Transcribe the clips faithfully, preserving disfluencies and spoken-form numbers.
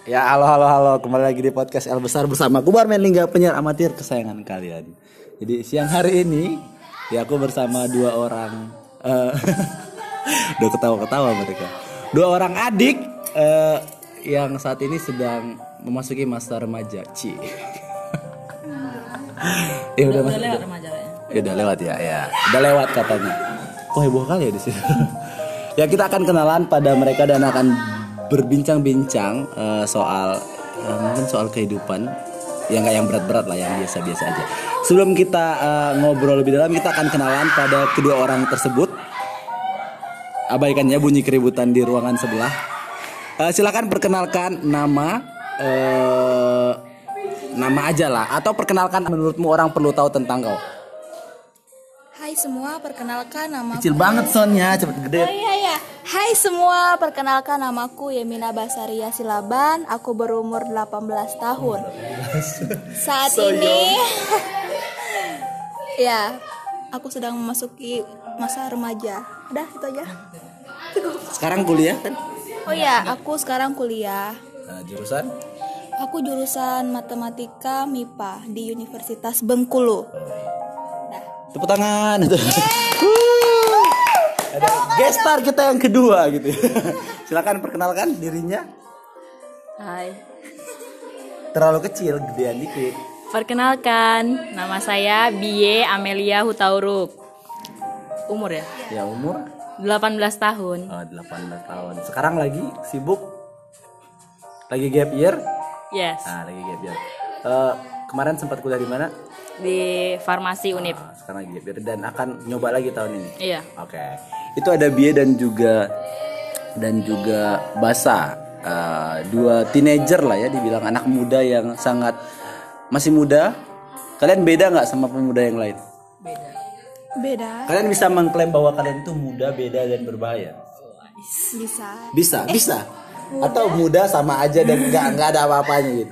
Ya halo halo halo, kembali lagi di podcast El Besar bersama aku Barman Lingga, penyiar amatir kesayangan kalian. Jadi siang hari ini ya aku bersama dua orang uh, udah ketawa-ketawa mereka. Dua orang adik uh, yang saat ini sedang memasuki masa remaja. Ci. ya udah, udah, udah lewat remaja ya. Ya udah lewat ya, ya. Udah lewat katanya. Kok heboh kali ya di sini. Ya kita akan kenalan pada mereka dan akan berbincang-bincang uh, soal uh, mungkin soal kehidupan yang nggak yang berat-berat lah, yang biasa-biasa aja. Sebelum kita uh, ngobrol lebih dalam, kita akan kenalan pada kedua orang tersebut. Abaikan ya bunyi keributan di ruangan sebelah. Uh, silakan perkenalkan nama, uh, nama aja lah, atau perkenalkan menurutmu orang perlu tahu tentang kau. Hai semua, perkenalkan nama Kecil banget soundnya, cepet gede. Oh iya ya. Hai semua, perkenalkan namaku Yemina Basaria Silaban. Aku berumur delapan belas tahun. Saat So ini ya, aku sedang memasuki masa remaja. Udah, itu aja. Sekarang kuliah kan? Oh ya, aku sekarang kuliah. Nah, jurusan? Aku jurusan Matematika M I P A di Universitas Bengkulu. Tepuk tangan itu. Ada gestar kita yang kedua gitu. Silakan perkenalkan dirinya. Hai. Terlalu kecil, gedean dikit. Perkenalkan, nama saya Bie Amelia Hutauruk. Umur ya? Ya umur delapan belas tahun. oh, delapan belas tahun. Sekarang lagi sibuk. Lagi gap year? Yes. Nah, lagi gap year. Uh, kemarin sempat kuliah di mana? Di Farmasi Unip. Nah, sekarang lagi gap year dan akan nyoba lagi tahun ini. Iya. Oke. Okay. Itu ada Bie dan juga dan juga Basa. Uh, dua teenager lah ya, dibilang anak muda yang sangat masih muda. Kalian beda nggak sama pemuda yang lain? Beda. Beda. Kalian bisa mengklaim bahwa kalian itu muda, beda dan berbahaya? Bisa. Bisa, bisa. Atau muda sama aja dan nggak nggak ada apa-apanya gitu.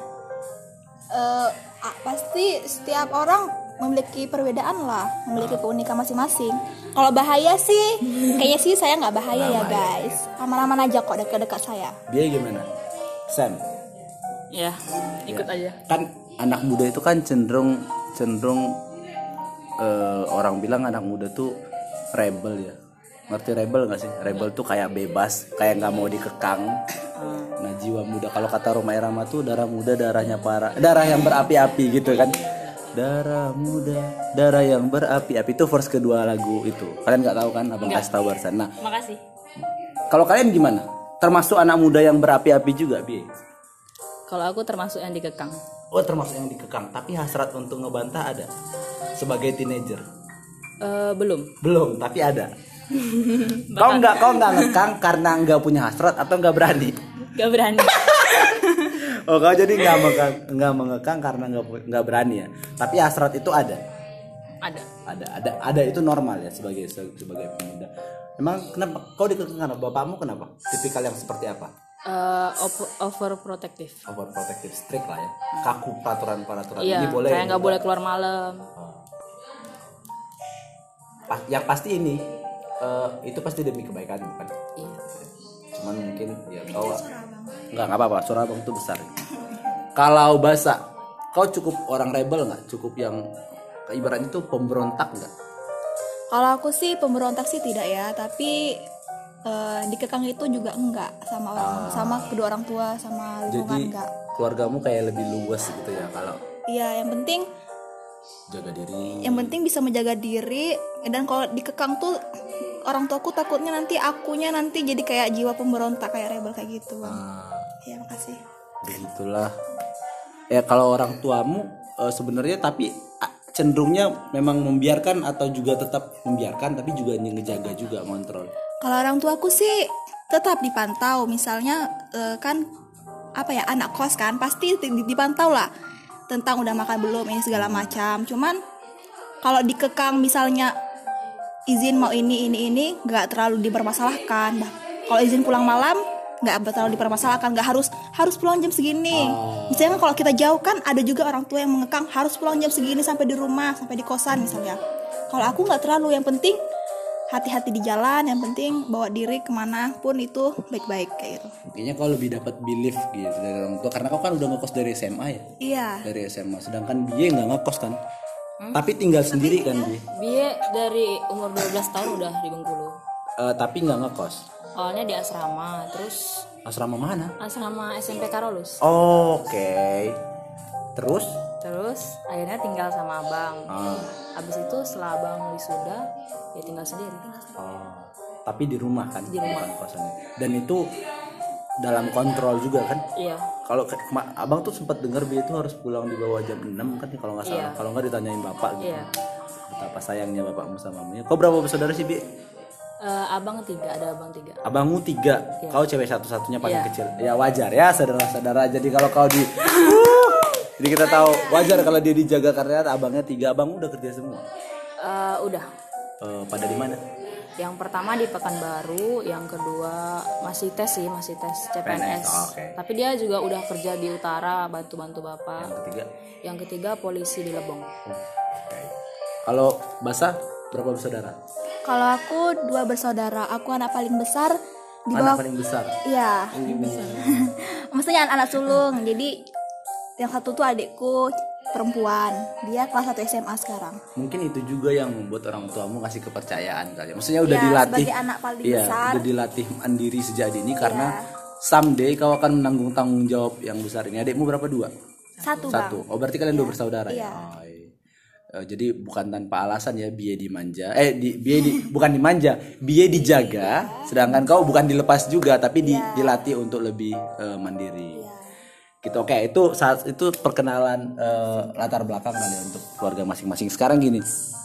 Eh, ah, pasti setiap orang memiliki perbedaan lah, memiliki keunikan masing-masing. Kalau bahaya sih, kayaknya sih saya nggak bahaya ya guys. Aman-aman aja kok dekat-dekat saya. Dia gimana? Sam. Ya, ikut Ya. aja. Kan anak muda itu kan cenderung cenderung uh, orang bilang anak muda tuh rebel ya. Ngerti rebel nggak sih? Rebel tuh kayak bebas, kayak nggak mau dikekang. Nah jiwa muda, kalau kata Rhoma Irama tuh darah muda darahnya para, darah yang berapi-api gitu kan. Darah muda, darah yang berapi-api, itu verse kedua lagu itu. Kalian nggak tahu kan? Abang kasih tahu barusan. Nah, Makasih. kalau kalian gimana? Termasuk anak muda yang berapi-api juga, Bi? Kalau aku termasuk yang dikekang. Oh, termasuk yang dikekang. Tapi hasrat untuk ngebantah ada sebagai teenager? Eh, belum. Belum, tapi ada. Kau nggak kau nggak ngekang karena nggak punya hasrat atau nggak berani? Gak berani. Oh, kau jadi nggak mengekang, nggak mengekang karena nggak nggak berani ya. Tapi hasrat itu ada. Ada. Ada, ada, ada, itu normal ya sebagai sebagai pemuda. Emang kenapa kau dikekang? Karena bapakmu kenapa? Tipikal yang seperti apa? Eh, over, overprotective. Overprotective, strict lah ya. Kaku peraturan-peraturan. Iya. Ini boleh. Kayak nggak boleh keluar malam. Pas- yang pasti ini uh, itu pasti demi kebaikan bukan? Iya. Cuman mungkin ya kau nggak nggak apa-apa, suara abang itu besar. Kalau Basa, kau cukup orang rebel nggak? Cukup yang ibaratnya itu pemberontak nggak? Kalau aku sih pemberontak sih tidak ya, tapi eh, dikekang itu juga enggak sama orang, sama kedua orang tua, sama lingkungan Jadi enggak. keluargamu kayak lebih luas gitu ya kalau Iya, yang penting jaga diri. yang penting bisa menjaga diri, dan kalau dikekang tuh orang tuaku takutnya nanti akunya nanti jadi kayak jiwa pemberontak, kayak rebel kayak gitu bang. Nah, Ya makasih. begitulah. Ya kalau orang tuamu uh, sebenarnya tapi uh, cenderungnya memang membiarkan atau juga tetap membiarkan tapi juga ngejaga juga kontrol. Kalau orang tuaku sih tetap dipantau, misalnya eh, kan apa ya, anak kos kan pasti dipantau lah tentang udah makan belum ini segala macam. Cuman kalau dikekang misalnya izin mau ini ini ini nggak terlalu dipermasalahkan. Bah, kalau izin pulang malam nggak terlalu dipermasalahkan, nggak harus harus pulang jam segini. Misalnya kalau kita jauh kan ada juga orang tua yang mengekang harus pulang jam segini sampai di rumah, sampai di kosan misalnya. Kalau aku nggak terlalu, yang penting hati-hati di jalan, yang penting bawa diri kemana pun itu baik-baik kayak gitu. Kayaknya kau lebih dapat belief gitu dari orang tua karena kau kan udah ngekos dari S M A ya. Iya. Dari S M A, sedangkan dia nggak ngekos kan. Hmm? Tapi tinggal sendiri kan dia. Dia dari umur dua belas tahun udah di Bengkulu. Uh, tapi nggak ngekos. Awalnya di asrama, terus Asrama mana? asrama S M P Karolus. Oh, oke. Okay. Terus? Terus akhirnya tinggal sama abang. Ah. Habis itu setelah abang wisuda, ya tinggal sendiri. Oh. Tapi di rumah kan? Di rumah. Bukan kosannya. Dan itu dalam kontrol juga kan? Iya. Kalau ke- ma- abang tuh sempat dengar dia itu harus pulang di bawah jam enam kan kalau nggak salah. Iya. Kalau nggak ditanyain bapak gitu. Iya. Betapa sayangnya bapakmu sama mamanya. Kau berapa bersaudara sih, Bi? Eh, abang tiga, ada abang tiga. Abangmu tiga, Iya. kau cewek satu-satunya paling Iya. kecil. Ya wajar ya saudara-saudara. Jadi kalau kau di, jadi kita tahu wajar kalau dia dijaga karena abangnya tiga. Abang udah kerja semua. Eh, udah. Eh, pada di mana? Yang pertama di Pekanbaru, yang kedua masih tes sih, masih tes C P N S. P N S, oh, oke. Tapi dia juga udah kerja di utara, bantu-bantu bapak. Yang ketiga. Yang ketiga polisi di Lebong. Oke. Kalau Basah berapa bersaudara? Kalau aku dua bersaudara, aku anak paling besar di Anak bawah. paling besar. Iya. Maksudnya anak sulung. Jadi yang satu tuh adikku perempuan. Dia kelas satu S M A sekarang. Mungkin itu juga yang membuat orang tuamu ngasih kepercayaan kali. Maksudnya udah Iya, dilatih. sebagai anak paling Iya, besar. udah dilatih mandiri sejak dini karena Iya. someday kau akan menanggung tanggung jawab yang besar ini. Adikmu berapa dua? Satu, Satu. Bang. Oh berarti kalian dua bersaudara Iya. ya? Oh, iya. Eh, jadi bukan tanpa alasan ya biaya dimanja. Eh di, biaya di, bukan dimanja, biaya dijaga. Sedangkan kau bukan dilepas juga, tapi di, Iya. dilatih untuk lebih eh, mandiri. Gitu. Oke, itu saat itu perkenalan eh, latar belakang kalian untuk keluarga masing-masing. Sekarang gini.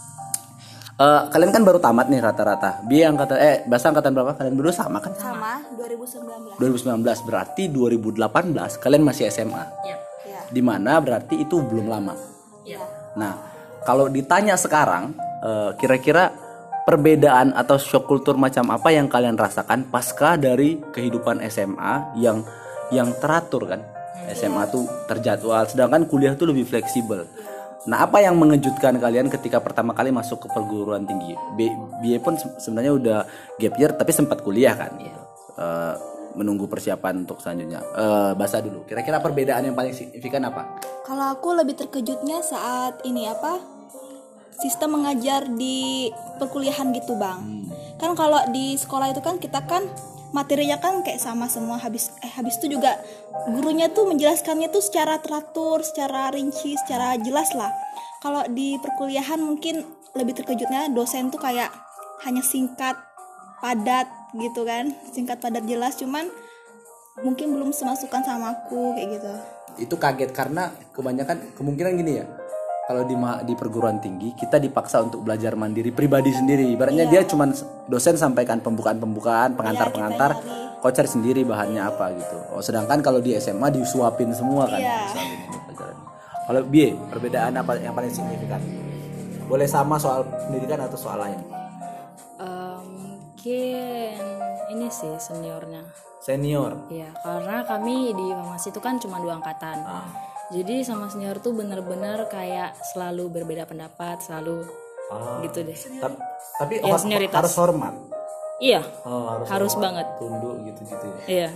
Eh, kalian kan baru tamat nih rata-rata. Biaya angkatan eh bahasa angkatan berapa? Kalian berdua sama kan? Sama dua ribu sembilan belas. dua ribu sembilan belas berarti dua ribu delapan belas kalian masih S M A. Iya. Iya. Dimana berarti itu belum lama. Iya. Nah, kalau ditanya sekarang, eh, kira-kira perbedaan atau shock kultur macam apa yang kalian rasakan pasca dari kehidupan S M A yang yang teratur kan? S M A tuh terjadwal, sedangkan kuliah tuh lebih fleksibel. Nah, apa yang mengejutkan kalian ketika pertama kali masuk ke perguruan tinggi? B, B pun se- sebenarnya udah gap year, tapi sempat kuliah kan? Gitu. Eh, menunggu persiapan untuk selanjutnya. Eh, bahasa dulu. Kira-kira perbedaan yang paling signifikan apa? Kalau aku lebih terkejutnya saat ini apa? Sistem mengajar di perkuliahan gitu, Bang. Kan kalau di sekolah itu kan kita kan materinya kan kayak sama semua, habis eh habis itu juga gurunya tuh menjelaskannya tuh secara teratur, secara rinci, secara jelas lah. Kalau di perkuliahan mungkin lebih terkejutnya dosen tuh kayak hanya singkat, padat gitu kan. Singkat, padat, jelas, cuman mungkin belum semasukan sama aku kayak gitu. Itu kaget karena kebanyakan kemungkinan gini ya, kalau di ma- di perguruan tinggi kita dipaksa untuk belajar mandiri pribadi sendiri. Ibaratnya Iya. dia cuman dosen sampaikan pembukaan-pembukaan, pengantar-pengantar, kita nyari. kau cari sendiri bahannya apa gitu. Oh, sedangkan kalau di S M A disuapin semua kan. Iya. Disuapin ini pelajaran. Kalau B, perbedaan apa yang paling signifikan? Boleh sama soal pendidikan atau soal lain? Eh, mungkin ini sih seniornya. Senior. Iya, karena kami di farmasi itu kan cuma dua angkatan. Ah. Jadi sama senior tuh bener-bener kayak selalu berbeda pendapat, selalu Ah. gitu deh. Ta- Tapi Ya, hor- senioritas. harus hormat. Iya, Oh, harus, Harus hormat, banget. Tunduk gitu-gitu ya. iya.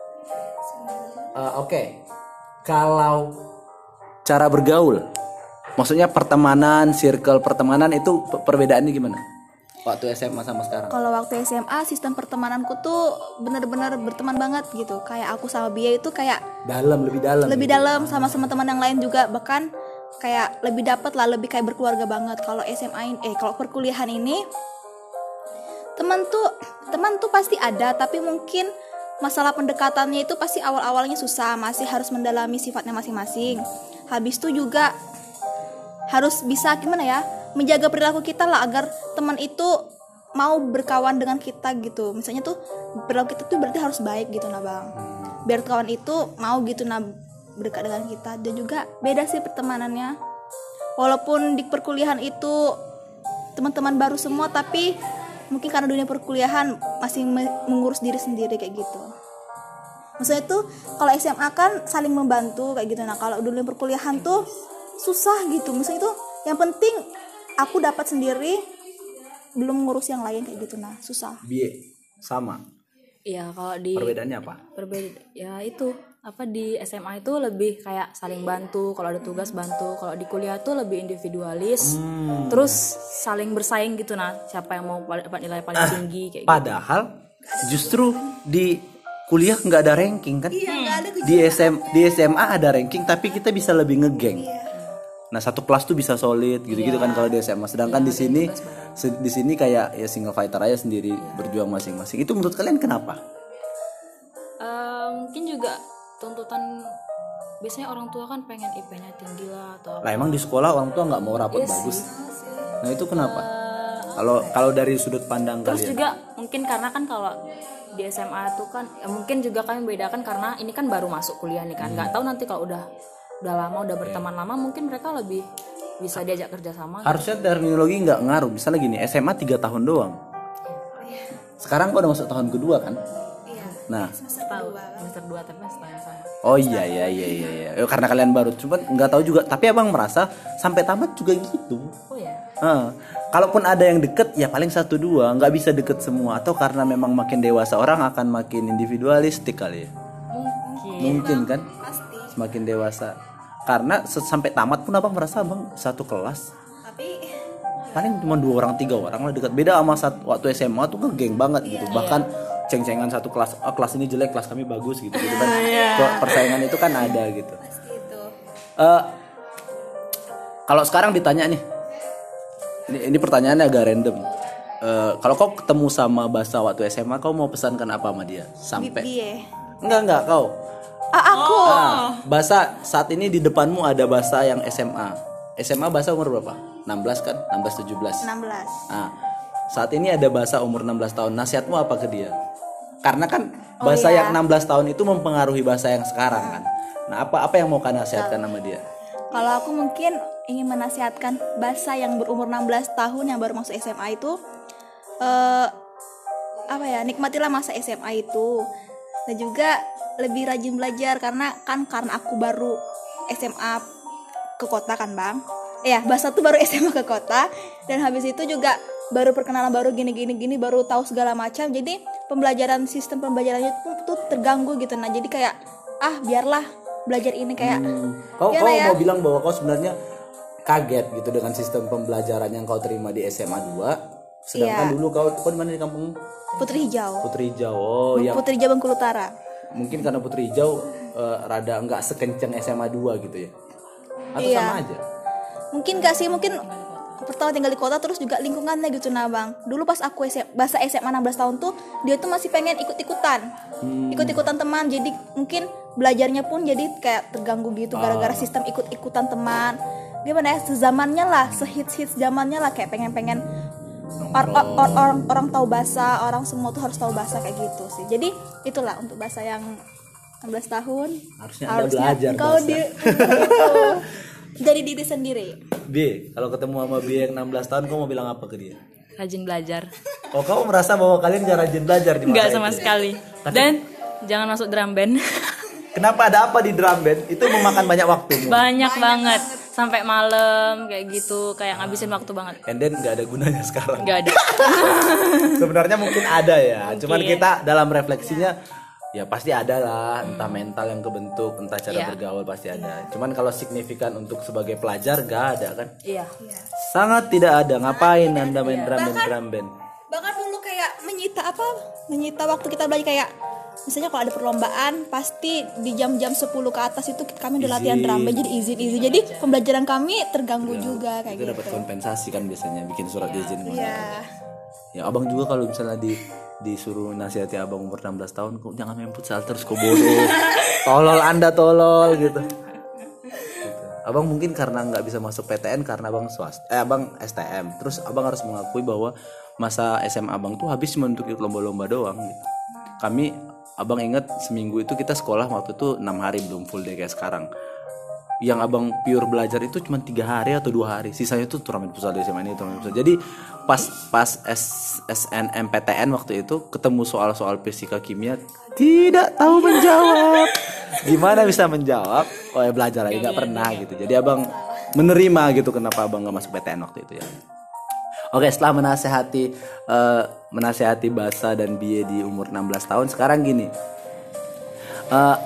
Eh, Oke, kalau cara bergaul, maksudnya pertemanan, circle pertemanan itu pe- perbedaannya gimana? Waktu S M A sama sekarang? Kalau waktu S M A sistem pertemananku tuh bener-bener berteman banget gitu. Kayak aku sama Bia itu kayak Dalam, lebih dalam. lebih gitu. dalam sama sama teman yang lain juga, bahkan kayak lebih dapat lah, lebih kayak berkeluarga banget. Kalau S M A ini, eh kalau perkuliahan ini teman tuh teman tuh pasti ada, tapi mungkin masalah pendekatannya itu pasti awal-awalnya susah, masih harus mendalami sifatnya masing-masing. Habis itu juga harus bisa gimana ya, menjaga perilaku kita lah agar teman itu mau berkawan dengan kita gitu. Misalnya tuh perilaku kita tuh berarti harus baik gitu nah Bang, biar kawan itu mau gitu nah berdekat dengan kita. Dan juga beda sih pertemanannya, walaupun di perkuliahan itu teman-teman baru semua, tapi mungkin karena dunia perkuliahan masih me- mengurus diri sendiri kayak gitu. Maksudnya tuh kalau S M A kan saling membantu kayak gitu. Nah kalau dunia perkuliahan tuh susah gitu. Maksudnya itu yang penting aku dapat sendiri, belum ngurus yang lain kayak gitu, nah susah. Biaya sama. Iya, kalau di Perbedaannya apa? berbeda ya itu apa di S M A itu lebih kayak saling bantu, kalau ada tugas bantu, kalau di kuliah tuh lebih individualis, Hmm. terus saling bersaing gitu, nah siapa yang mau dapat nilai paling tinggi kayak gitu. Padahal justru di kuliah nggak ada ranking kan? Iya, nggak ada Di S M di S M A ada ranking tapi kita bisa lebih ngegeng. Nah satu kelas tuh bisa solid gitu-gitu kan kalau di S M A. Sedangkan di sini se- di sini kayak ya single fighter aja sendiri berjuang masing-masing. Itu menurut kalian kenapa? Eh, mungkin juga tuntutan biasanya orang tua kan pengen I P-nya tinggi lah atau Lah emang di sekolah orang tua nggak mau rapot Iya bagus. sih. Nah itu kenapa? Kalau kalau dari sudut pandang Terus kalian? juga mungkin karena kan kalau di S M A tuh kan ya mungkin juga kami bedakan karena ini kan baru masuk kuliah nih kan, nggak tahu nanti kalau udah udah lama udah berteman lama mungkin mereka lebih bisa diajak kerja sama. Harusnya terminologi nggak ngaruh. Misalnya gini, S M A tiga tahun doang. Sekarang kau udah masuk tahun kedua kan? Iya. Nah, Tahu semester dua tapi setahun sama. oh iya iya iya iya iya. Ya, karena kalian baru, cuma nggak tahu juga. Tapi abang merasa sampai tamat juga gitu. Oh ya. Heeh. Kalaupun ada yang deket, ya paling satu dua, nggak bisa deket semua. Atau karena memang makin dewasa orang akan makin individualistik kali ya. Mungkin. Mungkin kan? Pasti. Semakin dewasa. Karena se- sampai tamat pun abang merasa abang satu kelas Tapi paling cuma dua orang tiga orang lah dekat. Beda sama saat waktu S M A tuh kan geng banget gitu. Bahkan ceng-cengan satu kelas, oh, kelas ini jelek, kelas kami bagus gitu, gitu kan. Persaingan itu kan ada gitu. pasti itu. Eh, kalau sekarang ditanya nih, ini, ini pertanyaannya agak random. Eh, kalau kau ketemu sama Basa waktu S M A, kau mau pesankan apa sama dia? Sampai Biye. enggak enggak kau. Ah, aku. Ah, Basa saat ini di depanmu ada Basa yang S M A. S M A Basa umur berapa? enam belas kan? enam belas tujuh belas. enam belas. Nah, saat ini ada Basa umur enam belas tahun. Nasihatmu apa ke dia? Karena kan Oh, Basa iya. yang enam belas tahun itu mempengaruhi Basa yang sekarang kan. Nah, apa apa yang mau kau nasihatkan sama dia? Kalau aku mungkin ingin menasihatkan Basa yang berumur enam belas tahun yang baru masuk S M A itu eh apa ya, nikmatilah masa S M A itu. Dan juga lebih rajin belajar karena kan karena aku baru S M A ke kota kan, Bang. Iya, Basa tuh baru S M A ke kota dan habis itu juga baru perkenalan baru gini gini gini baru tahu segala macam. Jadi pembelajaran sistem pembelajarannya tuh, tuh terganggu gitu. Nah, jadi kayak ah biarlah belajar ini kayak Kau ya kau lah ya. mau bilang bahwa kau sebenarnya kaget gitu dengan sistem pembelajaran yang kau terima di S M A dua. Sedangkan Iya. dulu kau kau di mana di kampung? Putri Hijau. Putri Hijau. Oh, yang Putri Hijau Bengkulu Utara. mungkin karena Putri Hijau eh, rada enggak sekencang S M A dua gitu ya. Atau Iya. sama aja. Mungkin gak sih, mungkin pertama tinggal di kota terus juga lingkungannya gitu, nah Bang. Dulu pas aku S M, Basa S M A enam belas tahun tuh dia tuh masih pengen ikut-ikutan. Hmm. Ikut-ikutan teman. Jadi mungkin belajarnya pun jadi kayak terganggu gitu gara-gara Ah. sistem ikut-ikutan teman. Gimana ya, sezamannya lah, sehits-hits zamannya lah kayak pengen-pengen or- or- or- orang orang tahu bahasa, orang semua tuh harus tahu bahasa kayak gitu sih. Jadi itulah untuk bahasa yang enam belas tahun Harusnya Anda belajar kau bahasa. di jadi diri sendiri. B, kalau ketemu sama B yang enam belas tahun kau mau bilang apa ke dia? Rajin belajar. Oh, kamu merasa bahwa kalian gak rajin belajar di masa Enggak sama itu ya? sekali. Dan jangan masuk drum band. Kenapa, ada apa di drum band? Itu memakan banyak waktu. Banyak banget sampai malam kayak gitu, kayak ngabisin waktu banget. And then gak ada gunanya sekarang. Enggak ada. Sebenarnya mungkin ada ya. Cuman Mungkin. kita dalam refleksinya ya pasti ada lah, entah mental yang kebentuk, entah cara Iya. bergaul pasti ada. Cuman kalau signifikan untuk sebagai pelajar gak ada kan? Iya. Sangat tidak ada. Ngapain Anda main drum band drum band? Bahkan dulu kayak menyita apa menyita waktu kita belajar kayak misalnya kalau ada perlombaan pasti di jam-jam sepuluh ke atas itu kami udah latihan Izin. drum band, jadi izin izin jadi pembelajaran kami terganggu juga kayak Itu gitu. dapat kompensasi kan biasanya bikin surat izin. Iya. Ya abang juga kalau misalnya di disuruh nasihati abang umur enam belas tahun, kok jangan main futsal terus, kok bodoh. Tolol Anda tolol gitu. Gitu. Abang mungkin karena nggak bisa masuk P T N karena abang swasta, eh abang S T M. Terus abang harus mengakui bahwa masa S M A abang tuh habis cuma untuk ikut lomba-lomba doang gitu. Kami, abang inget seminggu itu kita sekolah waktu itu enam hari, belum full day kayak sekarang. Yang abang pure belajar itu cuma tiga hari atau dua hari, sisanya itu turnamen futsal di S M A ini, turnamen futsal. Jadi pas pas S, SNMPTN waktu itu ketemu soal-soal fisika kimia, tidak tahu menjawab. Gimana bisa menjawab? Oh ya belajar aja nggak pernah gitu. Jadi abang menerima gitu kenapa abang nggak masuk P T N waktu itu ya. Oke, setelah menasehati eh, menasehati Basa dan Bie di umur enam belas tahun, sekarang gini. Eh,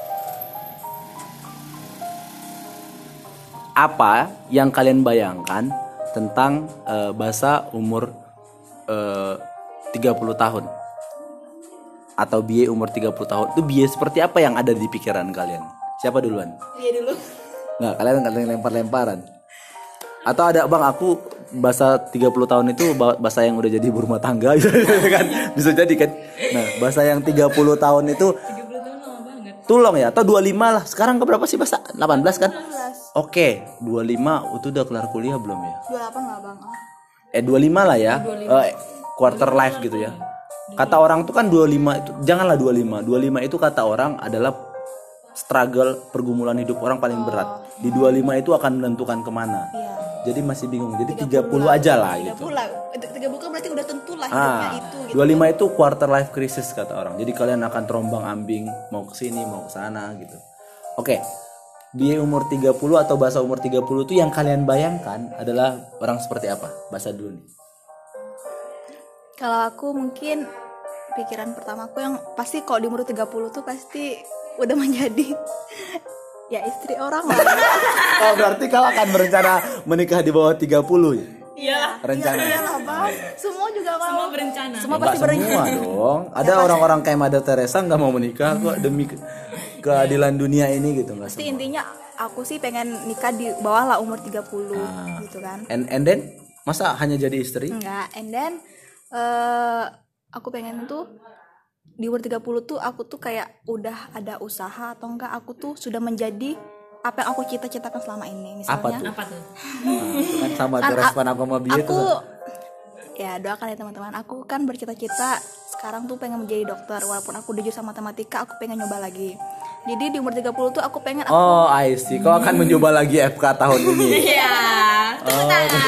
apa yang kalian bayangkan tentang eh, Basa umur eh, tiga puluh tahun? Atau Bie umur tiga puluh tahun? Itu Bie seperti apa yang ada di pikiran kalian? Siapa duluan? Iya dulu. Nggak, kalian kalian lempar-lemparan. Atau ada bang aku bahasa tiga puluh tahun itu bahasa yang udah jadi ibu rumah tangga gitu kan. Bisa jadi kan. Nah, bahasa yang tiga puluh tahun itu tiga puluh tahun lama banget. Tulong ya atau dua puluh lima lah. Sekarang ke berapa sih bahasa? delapan belas kan? delapan belas. Oke, dua puluh lima itu udah kelar kuliah belum ya? dua puluh delapan lah bang. Ah. Eh dua puluh lima lah ya. Eh, quarter life gitu ya. Kata orang tuh kan dua puluh lima itu janganlah dua puluh lima. dua puluh lima itu kata orang adalah struggle pergumulan hidup orang paling berat. Di dua puluh lima itu akan menentukan kemana. Iya. Jadi masih bingung. Jadi tiga puluh aja lah tiga gitu. puluh lah. tiga puluh kan berarti udah tentu lah hidupnya Ah, itu gitu. dua puluh lima itu quarter life crisis kata orang. Jadi kalian akan terombang ambing mau ke sini mau ke sana gitu. Oke. Dia umur tiga puluh atau bahasa umur tiga puluh itu yang kalian bayangkan adalah orang seperti apa? Bahasa dulu nih. Kalau aku mungkin pikiran pertamaku yang pasti kalau di umur tiga puluh tuh pasti udah menjadi ya istri orang lah. Oh, berarti kau akan berencana menikah di bawah tiga puluh ya? Iya. Rencana. Iya lah bang. Semua juga mau. Semua berencana. Semua Enggak pasti berencana. semua dong. Ada orang-orang kayak Mother Teresa nggak mau menikah kok demi ke- keadilan dunia ini gitu nggak Pasti semua. intinya aku sih pengen nikah di bawah lah umur tiga puluh Ah. gitu kan. And and then masa hanya jadi istri? Enggak, and then eh aku pengen tuh di umur tiga puluh tuh aku tuh kayak udah ada usaha atau enggak aku tuh sudah menjadi apa yang aku cita-citakan selama ini. Apa Misalnya tuh? Apa tuh? Nah, itu kan sama tuh Kan, respon aku sama Bia aku tuh. ya doakan ya teman-teman. Aku kan bercita-cita sekarang tuh pengen menjadi dokter, walaupun aku udah jurusan matematika, aku pengen nyoba lagi. Jadi di umur tiga puluh tuh aku pengen aku Oh, I see. Kau akan mencoba lagi F K tahun ini. Iya. Oh,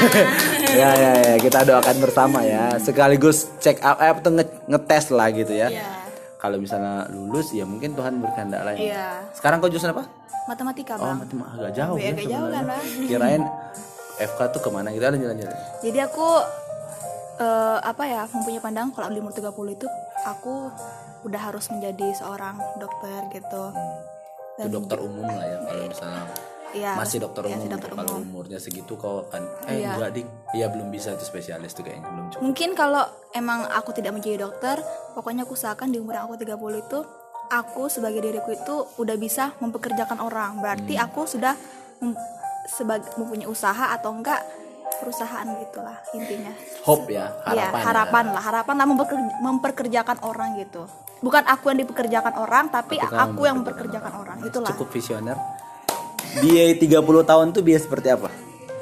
ya ya ya, kita doakan bersama ya. Sekaligus check up, eh, tuh nge- ngetes lah gitu ya. Iya. Kalau misalnya lulus, ya mungkin Tuhan berkehendak lain. Iya. Sekarang kau jurusan apa? matematika Oh, bang. matematika agak jauh Iya, ya agak jauh sebenarnya. kan, Bang? Kirain F K tuh kemana gitu, lanjut lanjut. Jadi aku eh, apa ya mempunyai pandangan kalau di umur tiga puluh itu aku udah harus menjadi seorang dokter gitu. Itu dokter umum lah ya kalau misalnya Iya, masih dokter iya, umum. sih, dokter Kalau umum. umurnya segitu kau kan eh Iya. enggak dik. Iya belum bisa itu spesialis tuh kayaknya belum cukup. Mungkin kalau emang aku tidak menjadi dokter, pokoknya aku usahakan di umur aku tiga puluh itu aku sebagai diriku itu udah bisa mempekerjakan orang. Berarti Hmm. aku sudah mem- sebagai mempunyai usaha atau enggak perusahaan gitulah intinya. Hope ya, Iya, harapan. harapan lah, harapan lah mempeker- memperkerjakan orang gitu. Bukan aku yang dipekerjakan orang, tapi, Tapi kamu aku yang mempekerjakan mempekerjakan orang. Itulah. Cukup visioner. Dia tiga puluh tahun tuh dia seperti apa?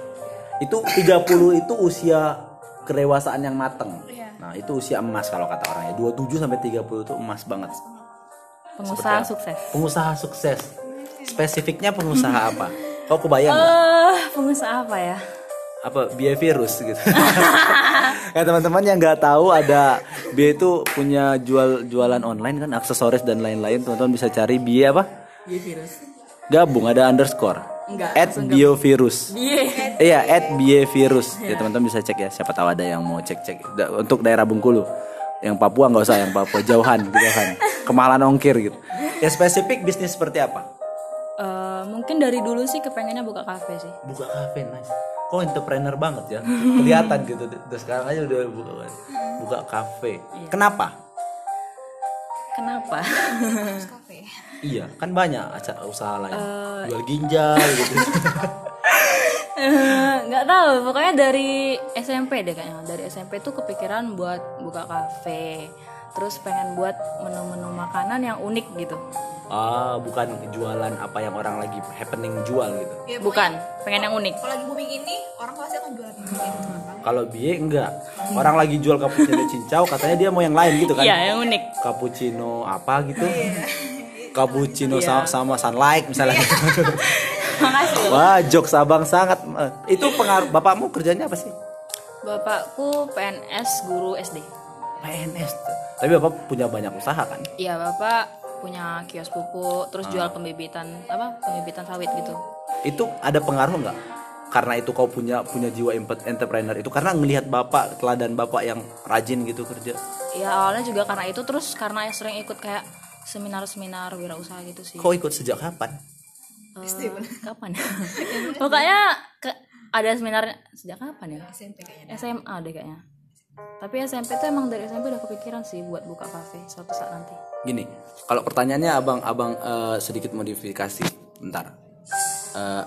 Itu tiga puluh itu usia kedewasaan yang mateng. Iya. Nah, itu usia emas kalau kata orangnya. dua puluh tujuh sampai tiga puluh itu emas banget. Pengusaha Seperti sukses. Pengusaha sukses. Spesifiknya pengusaha apa? Kau kebayang nggak? Eh, pengusaha apa ya? Apa biaya virus gitu? Ya teman-teman yang nggak tahu ada Bia itu punya jual jualan online kan, aksesoris dan lain-lain. Teman-teman bisa cari Bia apa? Dia virus. Gabung ada underscore. Enggak, At langsung biovirus. Dia. Iya, at biovirus. Ya teman-teman bisa cek ya. Siapa tahu ada yang mau cek-cek Da- untuk daerah Bengkulu. Yang Papua nggak usah, yang Papua jauhan, jauhan. Kemahalan ongkir gitu. Ya spesifik bisnis seperti apa? Eh, mungkin dari dulu sih kepengennya buka kafe sih. Buka kafe, nice. Kok entrepreneur banget ya? Kelihatan gitu. Terus sekarang aja udah buka buka kafe. Kenapa? Kenapa? Kafe. Iya, kan banyak acara usaha lain. Jual ginjal gitu. Eh, nggak tahu, pokoknya dari S M P deh kayaknya. Dari S M P tuh kepikiran buat buka kafe. Terus pengen buat menu-menu makanan yang unik gitu. Ah, bukan jualan apa yang orang lagi happening jual gitu. Ya, Bukan, pengen yang unik. kalau lagi booming ini orang pasti akan jual gitu. Kalau Bie enggak. Orang lagi jual cappuccino cincau, katanya dia mau yang lain gitu kan. Iya, yang unik. Cappuccino apa gitu. Cappuccino sama, sama sunlight misalnya. Makasih. Wah, jokes abang sangat. Eh, Itu pengaruh bapakmu kerjanya apa sih? Bapakku P N S guru S D. P N S. Tapi bapak punya banyak usaha kan? Iya, bapak punya kios pupuk, terus jual pembibitan apa? Pembibitan sawit gitu. Itu ada pengaruh nggak karena itu kau punya punya jiwa empat- entrepreneur itu karena ngelihat bapak teladan bapak yang rajin gitu kerja. Ya awalnya juga karena itu, terus karena sering ikut kayak seminar-seminar wirausaha gitu sih. Kau ikut sejak kapan? Eh, kapan ya? Pokoknya ke, ada seminarnya sejak kapan ya? S M P kayaknya. S M A deh kayaknya. Tapi S M P tuh emang dari S M P udah kepikiran sih buat buka kafe suatu saat nanti. Gini, kalau pertanyaannya abang-abang eh, sedikit modifikasi, bentar. Eh,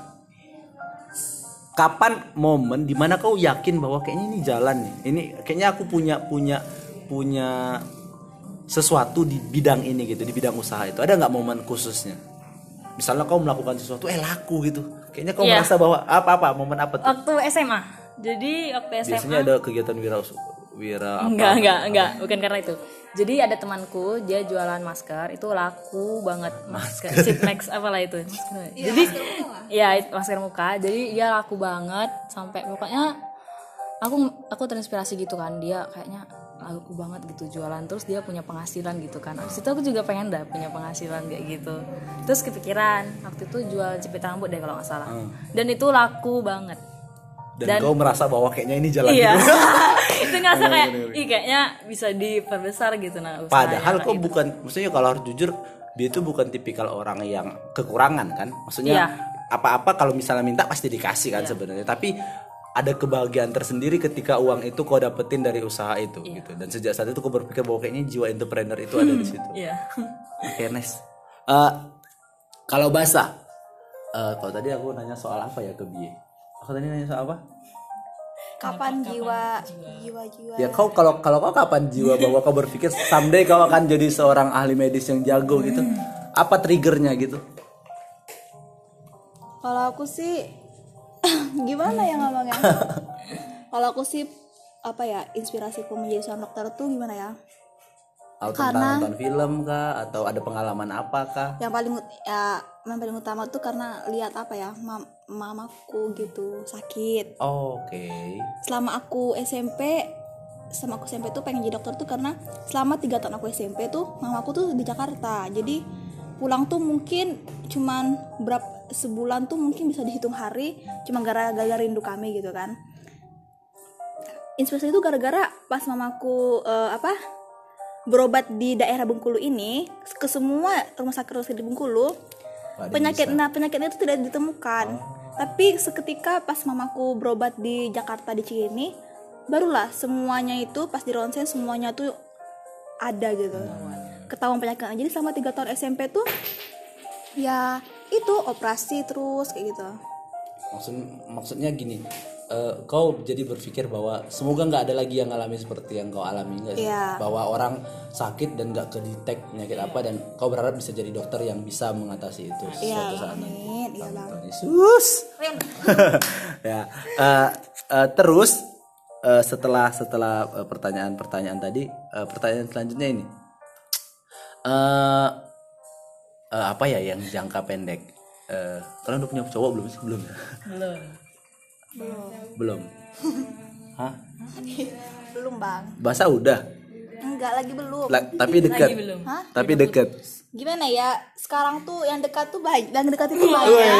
kapan momen dimana kau yakin bahwa kayaknya ini jalan nih, ini kayaknya aku punya punya punya sesuatu di bidang ini gitu, di bidang usaha itu, ada nggak momen khususnya? Misalnya kau melakukan sesuatu, eh laku gitu, kayaknya kau Iya. merasa bahwa apa-apa, momen apa tuh? Waktu S M A. Jadi waktu S M A Biasanya ada kegiatan wira wira apa? Enggak, enggak, enggak, bukan karena itu. Jadi ada temanku, dia jualan masker, itu laku banget masker, Sipmax apalah itu. Masker. Jadi ya itu masker muka. Jadi dia laku banget sampai pokoknya aku aku terinspirasi gitu kan, dia kayaknya laku banget gitu jualan, terus dia punya penghasilan gitu kan. Abis itu aku juga pengen dah punya penghasilan kayak gitu. Terus kepikiran waktu itu jual jepit rambut deh kalau nggak salah. Dan itu laku banget. Dan, Dan- kau merasa bahwa kayaknya ini jalan Iya. gitu. Itu ngerasa kayak ih kayaknya bisa diperbesar gitu nah usahanya, Padahal kayak kok gitu. bukan, maksudnya kalau harus jujur, dia itu bukan tipikal orang yang kekurangan kan. Maksudnya Iya. apa-apa kalau misalnya minta pasti dikasih kan sebenarnya. Tapi ada kebahagiaan tersendiri ketika uang itu kau dapetin dari usaha itu gitu. Dan sejak saat itu kau berpikir bahwa kayaknya jiwa entrepreneur itu ada di situ. Iya. Oke, nice. Eh, kalau bahasa, eh, kalau tadi aku nanya soal apa ya ke Bie? Aku tadi nanya soal apa? Kapan jiwa jiwa-jiwa Ya kau kalau kalau kau kapan jiwa bahwa kau berpikir someday kau akan jadi seorang ahli medis yang jago gitu? Apa triggernya gitu? Kalau aku sih gimana ya ngomongnya? Kalau aku sih apa ya, inspirasiku menjadi seorang dokter tuh gimana ya? Atau Karena- tentang nonton film kah? Atau ada pengalaman apa kah? Yang paling ut- ya yang paling utama tuh karena lihat apa ya, mam- mamaku gitu sakit. Oke. Selama aku S M P, sama aku S M P tuh pengen jadi dokter tuh karena selama tiga tahun aku S M P tuh mamaku tuh di Jakarta. Jadi pulang tuh mungkin cuman berapa sebulan tuh mungkin bisa dihitung hari, cuma gara-gara rindu kami gitu kan. Inspirasi itu gara-gara pas mamaku eh, apa berobat di daerah Bengkulu ini, ke semua rumah sakit rumah sakit di Bengkulu Nggak ada penyakit bisa. nah penyakitnya itu tidak ditemukan. Tapi seketika pas mamaku berobat di Jakarta di Cikini, barulah semuanya itu pas di ronsen semuanya tuh ada gitu, ketahuan penyakitnya. Jadi selama tiga tahun S M P tuh ya itu operasi terus kayak gitu. Maksud maksudnya gini. eh, kau jadi berpikir bahwa semoga nggak ada lagi yang alami seperti yang kau alami nggak sih? Iya. Bahwa orang sakit dan nggak kedetek penyakit apa, dan kau berharap bisa jadi dokter yang bisa mengatasi itu Iya, suatu saat nanti. amin, iya bang. Tuhan Yesus. Ya, eh, eh, terus eh, setelah setelah eh, pertanyaan-pertanyaan tadi, eh, pertanyaan selanjutnya ini, eh eh, apa ya yang jangka pendek? Eh, kalian udah punya cowok belum sih? Belum. Belum. Belum. Hah? Belum bang, Bahasa udah. enggak lagi belum. La- tapi dekat. Lagi belum. Hah? Tapi dekat. Gimana ya? Sekarang tuh yang dekat tuh banyak, yang dekat itu banyak.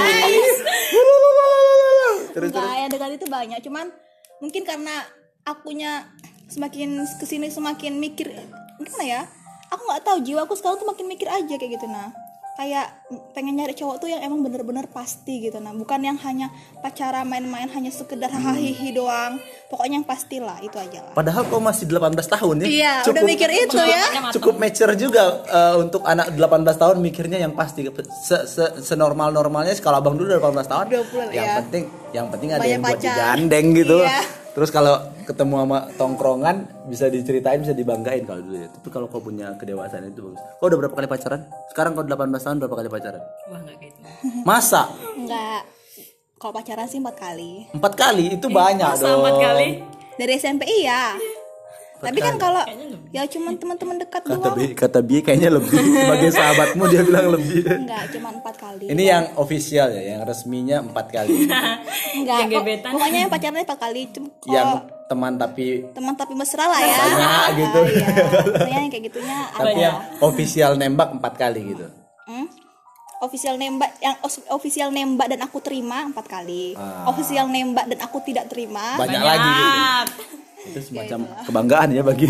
Terus Enggak, yang dekat itu banyak. Cuman mungkin karena akunya semakin kesini semakin mikir, gimana ya? Aku nggak tahu, jiwaku sekarang tuh makin mikir aja kayak gitu nah. Kayak pengen nyari cowok tuh yang emang bener-bener pasti gitu nah, bukan yang hanya pacaran main-main hanya sekedar hahihi doang. Pokoknya yang pastilah itu aja lah. padahal kau masih delapan belas tahun ya. Iya, udah mikir itu ya. Cukup mature juga eh, untuk anak delapan belas tahun mikirnya yang pasti. Se, se, senormal-normalnya kalau abang dulu delapan belas tahun. dua puluh, yang ya. penting yang penting ada Banyak yang buat pacar. digandeng gitu. Iya. Terus kalau ketemu sama tongkrongan bisa diceritain, bisa dibanggain kalau dulu ya. Tapi kalau kau punya kedewasaan itu bagus. Kau udah berapa kali pacaran? Sekarang kau delapan belas tahun berapa kali pacaran? Wah nggak kayak itu. Masa? Enggak. Kalau pacaran sih empat kali. Empat kali itu banyak Masa dong. empat kali? Dari S M P iya. Tapi kan kalau ya cuman teman-teman dekat Kata doang. Bi, kata Bi kayaknya lebih. Sebagai sahabatmu dia bilang lebih. Enggak, cuman empat kali. Ini yang official ya, yang resminya empat kali. Enggak, Yang kok- gebetan. pokoknya yang pacarnya empat kali. Cuma kalau Yang teman tapi teman tapi mesra lah ya. banyak gitu. Ah, iya. Pokoknya yang kayak gitunya tapi ada. yang official nembak empat kali gitu. Hmm? official nembak yang os- official nembak dan aku terima empat kali. Ah. Official nembak dan aku tidak terima. Banyak, lagi gitu. Itu semacam kebanggaan ya bagi.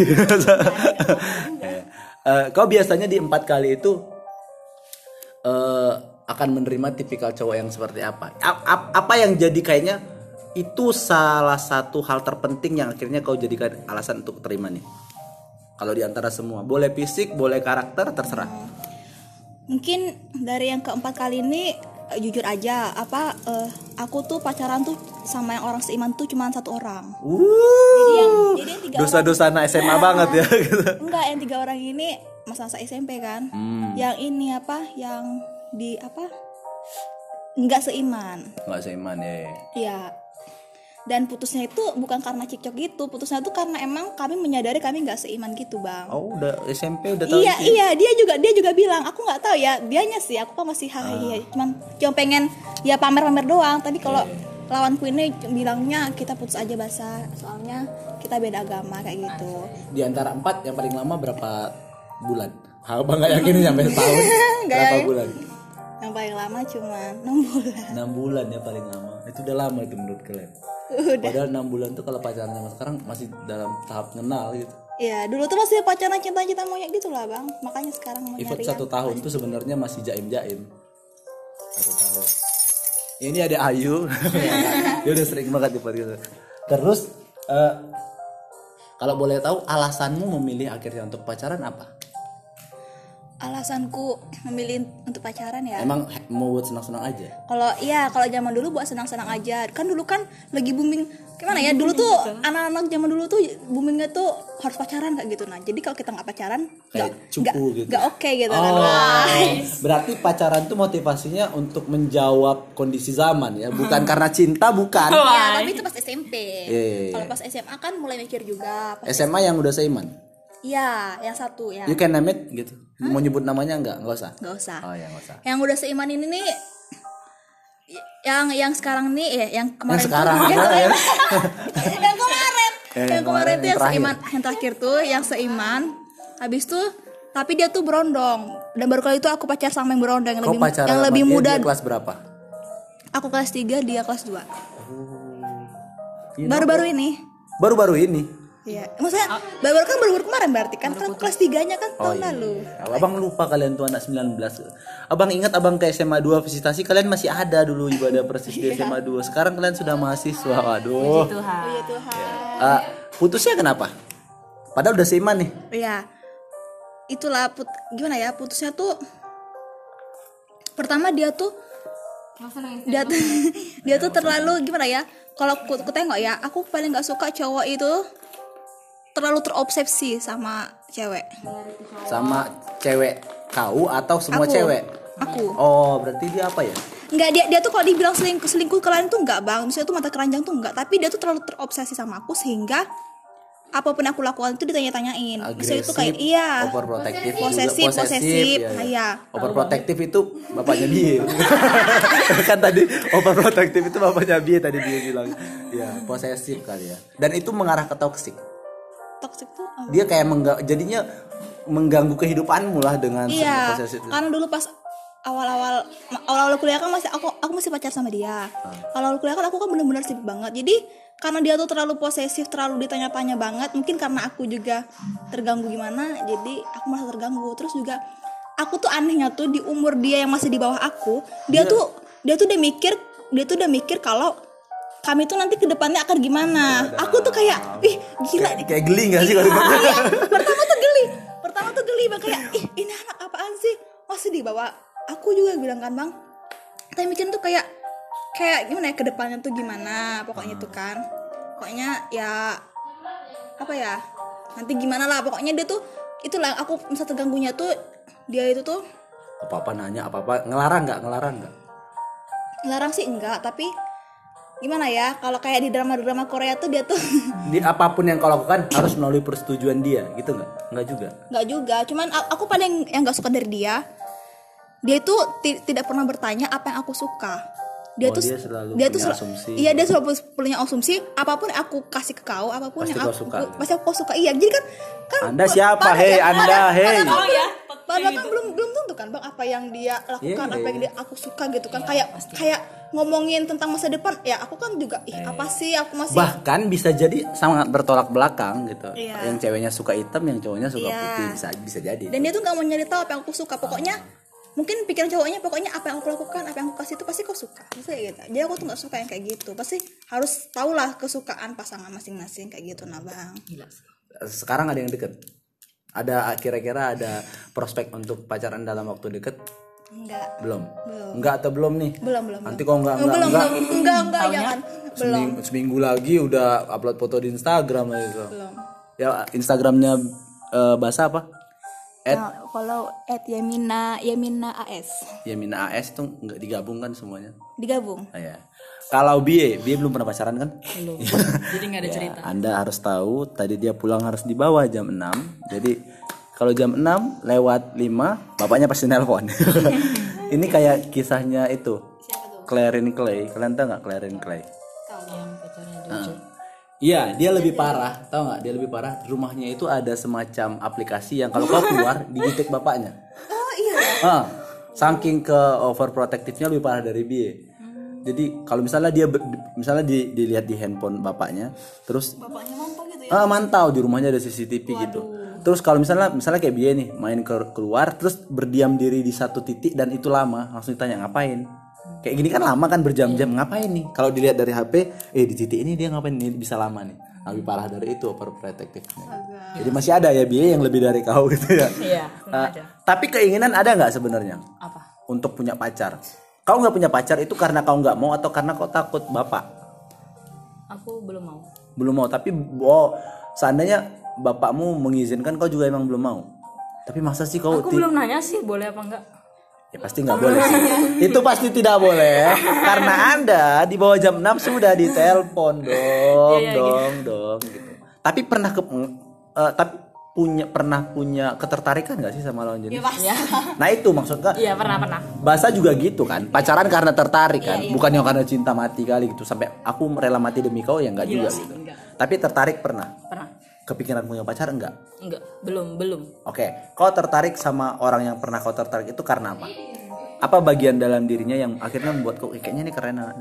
Eh, kau biasanya di empat kali itu eh, akan menerima tipikal cowok yang seperti apa? A- a- apa yang jadi kayaknya itu salah satu hal terpenting yang akhirnya kau jadikan alasan untuk terima nih? Kalau di antara semua, boleh fisik, boleh karakter, terserah. Mungkin dari yang keempat kali ini eh, jujur aja apa eh, aku tuh pacaran tuh sama yang orang seiman tuh cuma satu orang. Uh, Jadi yang jadi yang tiga dosa-dosa anak S M A banget ya. Gitu. orang, enggak yang tiga orang ini masa-masa S M P kan. Hmm. Yang ini apa yang di apa enggak seiman. Nggak seiman ya. Iya. Dan putusnya itu bukan karena cekcok gitu, putusnya itu karena emang kami menyadari kami nggak seiman gitu bang. Oh udah S M P udah tahu Iya itu ya? iya dia juga dia juga bilang aku nggak tahu ya dianya sih aku kan masih Ah. hahaha cuman cuma pengen ya pamer-pamer doang tapi kalau Iya. lawanku ini bilangnya kita putus aja basa soalnya kita beda agama kayak gitu. Di antara empat yang paling lama berapa bulan? Abang nggak yakin sampai setahun. Nggak Berapa yakin. bulan? Yang paling lama cuma enam bulan. enam bulan ya paling lama. Itu udah lama itu menurut kalian. Udah. Padahal enam bulan tuh kalau pacaran sama sekarang masih dalam tahap kenal gitu. Ya dulu tuh masih pacaran cinta-cinta monyet gitu lah bang, makanya sekarang mau Ikut nyari satu yang- tahun tuh sebenarnya masih jaim-jaim. Satu tahun. Ini ada Ayu. Dia udah sering banget di podcast. Terus eh, kalau boleh tahu alasanmu memilih akhirnya untuk pacaran apa? Alasanku memilih untuk pacaran ya. Emang he- mau buat senang-senang aja? Kalau iya, kalau zaman dulu buat senang-senang aja. Kan dulu kan lagi booming gimana ya? Dulu tuh anak-anak zaman dulu tuh boomingnya tuh harus pacaran kayak gitu. Nah, jadi kalau kita nggak pacaran, Kayak nggak cupu nggak- gitu. nggak oke gitu kan. Oh, Wah. berarti pacaran tuh motivasinya untuk menjawab kondisi zaman ya, bukan karena cinta, bukan. Ya, tapi itu pas S M P. Iya. Kalau pas S M A kan mulai mikir juga. Pas- S M A yang udah seiman. Iya, yang satu ya. You can name it gitu. Mau nyebut namanya enggak? Enggak usah. Nggak usah. Oh ya, enggak usah. Yang udah seiman ini nih yang yang sekarang nih ya yang kemarin Yang sekarang tuh, gimana ya? yang kemarin Ya, yang, yang kemarin kemarin, tuh yang yang terakhir. seiman yang terakhir tuh yang seiman habis tuh tapi dia tuh berondong dan baru kali itu aku pacar sama yang berondong yang Kau lebih pacaran yang sama lebih dia, muda. dia kelas berapa? Aku kelas tiga dia kelas dua Iya, baru-baru ini. Baru-baru ini. Iya, maksudnya baru kan baru kemarin berarti kan kan kelas tiganya kan Oh tahun iya. lalu. Abang lupa kalian tuh anak sembilan belas. Abang ingat abang ke S M A dua visitasi kalian masih ada dulu ibadah persis di S M A dua. Sekarang kalian sudah mahasiswa. Waduh. Tuhan. Oh iya Tuhan. Ah, putusnya kenapa? Padahal udah seiman nih. Iya. Itulah put gimana ya putusnya tuh pertama dia tuh dia tuh dia tuh terlalu gimana ya kalau aku, aku tengok ya aku paling nggak suka cowok itu terlalu terobsesi sama cewek. Sama cewek kau atau semua Aku. cewek? Aku Oh, berarti dia apa ya? nggak dia dia tuh kalau dibilang selingkuh selingkuh ke lain tuh nggak bang, misalnya tuh mata keranjang tuh nggak, tapi dia tuh terlalu terobsesi sama aku sehingga apapun aku lakukan itu ditanya-tanyain. Misalnya itu kayak iya overprotective, posesif juga posesif, ya, ya. iya. Overprotective itu bapaknya dia. Kan tadi overprotective itu bapaknya dia tadi dia bilang. Ya, posesif kali ya. Dan itu mengarah ke toxic. Toxic tuh apa? Dia kayak mengga- jadinya mengganggu kehidupanmu lah dengan Iya, posesif. karena dulu pas awal-awal awal-awal kuliah kan masih aku aku masih pacar sama dia. Awal-awal kuliah kan aku kan benar-benar sibuk banget. Jadi karena dia tuh terlalu posesif, terlalu ditanya-tanya banget, mungkin karena aku juga terganggu gimana, jadi aku merasa terganggu. Terus juga aku tuh anehnya tuh di umur dia yang masih di bawah aku, dia Iya. tuh dia tuh udah mikir, dia tuh udah mikir kalau kami tuh nanti ke depannya akan gimana. Aku tuh kayak, ih gila Kayak, kayak geli gak sih kalau dipakai? iya, pertama tuh geli pertama tuh geli bang kayak ih ini anak apaan sih masih dibawa aku juga bilang kan bang tapi mikir tuh kayak kayak gimana ya kedepannya tuh gimana pokoknya tuh kan pokoknya ya apa ya nanti gimana lah pokoknya dia tuh itulah aku misal terganggunya tuh dia itu tuh Apa-apa nanya, apa-apa ngelarang nggak? Ngelarang nggak? larang sih enggak tapi gimana ya kalau kayak di drama-drama Korea tuh dia tuh Di apapun yang kau lakukan harus melalui persetujuan dia, gitu nggak? Nggak juga. nggak juga cuman a- aku paling yang nggak suka dari dia dia itu ti- tidak pernah bertanya apa yang aku suka dia Oh, tuh dia selalu dia tuh punya sel- asumsi. iya dia selalu punya asumsi apapun yang aku kasih ke kau apapun Pasti yang kau aku suka. pasti aku suka iya jadi kan kan Anda siapa? pada- Hei, pada- Anda, pada- hei. pada- Oh ya, pada Padahal kan belum belum tentu kan bang apa yang dia lakukan, Iya, apa iya, yang iya. dia aku suka gitu kan. Kayak kayak ngomongin tentang masa depan, ya aku kan juga ih apa sih aku masih Bahkan bisa jadi sangat bertolak belakang gitu. Iya. Yang ceweknya suka hitam, yang cowoknya suka Iya. putih, bisa bisa jadi. dan dia tuh nggak mau nyari tahu apa yang aku suka. Pokoknya mungkin pikiran cowoknya pokoknya apa yang aku lakukan, apa yang aku kasih itu pasti kau suka. Maksudnya gitu. Jadi aku tuh nggak suka yang kayak gitu. Pasti harus tahulah kesukaan pasangan masing-masing kayak gitu nah bang. Gila sih. Sekarang ada yang deket. Ada kira-kira ada prospek untuk pacaran dalam waktu deket? Enggak. Belum. Belum. Enggak atau belum nih? Belum belum. Nanti kok enggak enggak belum, enggak. belum, enggak enggak jangan. Belum. Seminggu, seminggu lagi udah upload foto di Instagram gitu. Belum. Ya Instagramnya eh, bahasa apa? At Nah, kalau at Yamina Yamina A S Yamina A S tuh nggak digabungkan semuanya. digabung. Ah, ya. Kalau Bie, Bie belum pernah pacaran kan? Belum. Jadi nggak ada Ya, cerita. Anda harus tahu tadi dia pulang harus dibawa jam enam. Jadi kalau jam enam lewat lima bapaknya pasti nelpon. Ini kayak kisahnya itu. Clarin Clay. Kalian tahu nggak Clarin Clay? Yang pacarnya jujur. Iya, dia lebih parah. Tahu nggak? Dia lebih parah. Rumahnya itu ada semacam aplikasi yang kalau kau keluar digitik bapaknya. Oh iya. Ah, saking ke overprotectivenya lebih parah dari Bie. Jadi kalau misalnya dia ber- misalnya di, dilihat di handphone bapaknya, terus Bapaknya mantap gitu ya. ah, mantau di rumahnya ada C C T V gitu. Terus kalau misalnya misalnya kayak Bie nih main ke, keluar terus berdiam diri di satu titik dan itu lama, langsung ditanya ngapain. Kayak gini kan lama kan berjam-jam ngapain nih? Kalau dilihat dari H P, eh di titik ini dia ngapain nih bisa lama nih. Lebih parah dari itu overprotectivenya. Jadi masih ada ya Bie yang lebih dari kau gitu ya. Iya, Ah, ada. tapi keinginan ada nggak sebenarnya Apa? untuk punya pacar? Kau nggak punya pacar itu karena kau nggak mau atau karena kau takut bapak? Aku belum mau. Belum mau, tapi oh, seandainya bapakmu mengizinkan kau juga emang belum mau. Tapi masa sih kau Aku ti- belum nanya sih boleh apa enggak. ya pasti nggak boleh sih. Itu pasti tidak boleh karena Anda di bawah jam enam sudah ditelepon dong, Iya, dong, dong gitu. Tapi pernah ke eh, tapi punya pernah punya ketertarikan nggak sih sama lawan jenis? Ya. Nah itu maksudnya Iya, pernah pernah. bahasa juga gitu kan, pacaran karena tertarik kan, bukan yang karena cinta mati kali gitu sampai aku rela mati demi kau ya enggak juga sih, gitu. enggak. Tapi tertarik pernah. Pernah. Kepikiran punya pacar enggak? Enggak, belum, belum. Oke, kau tertarik sama orang yang pernah kau tertarik itu karena apa? Apa bagian dalam dirinya yang akhirnya membuat kau "Eh, kayaknya ini keren banget."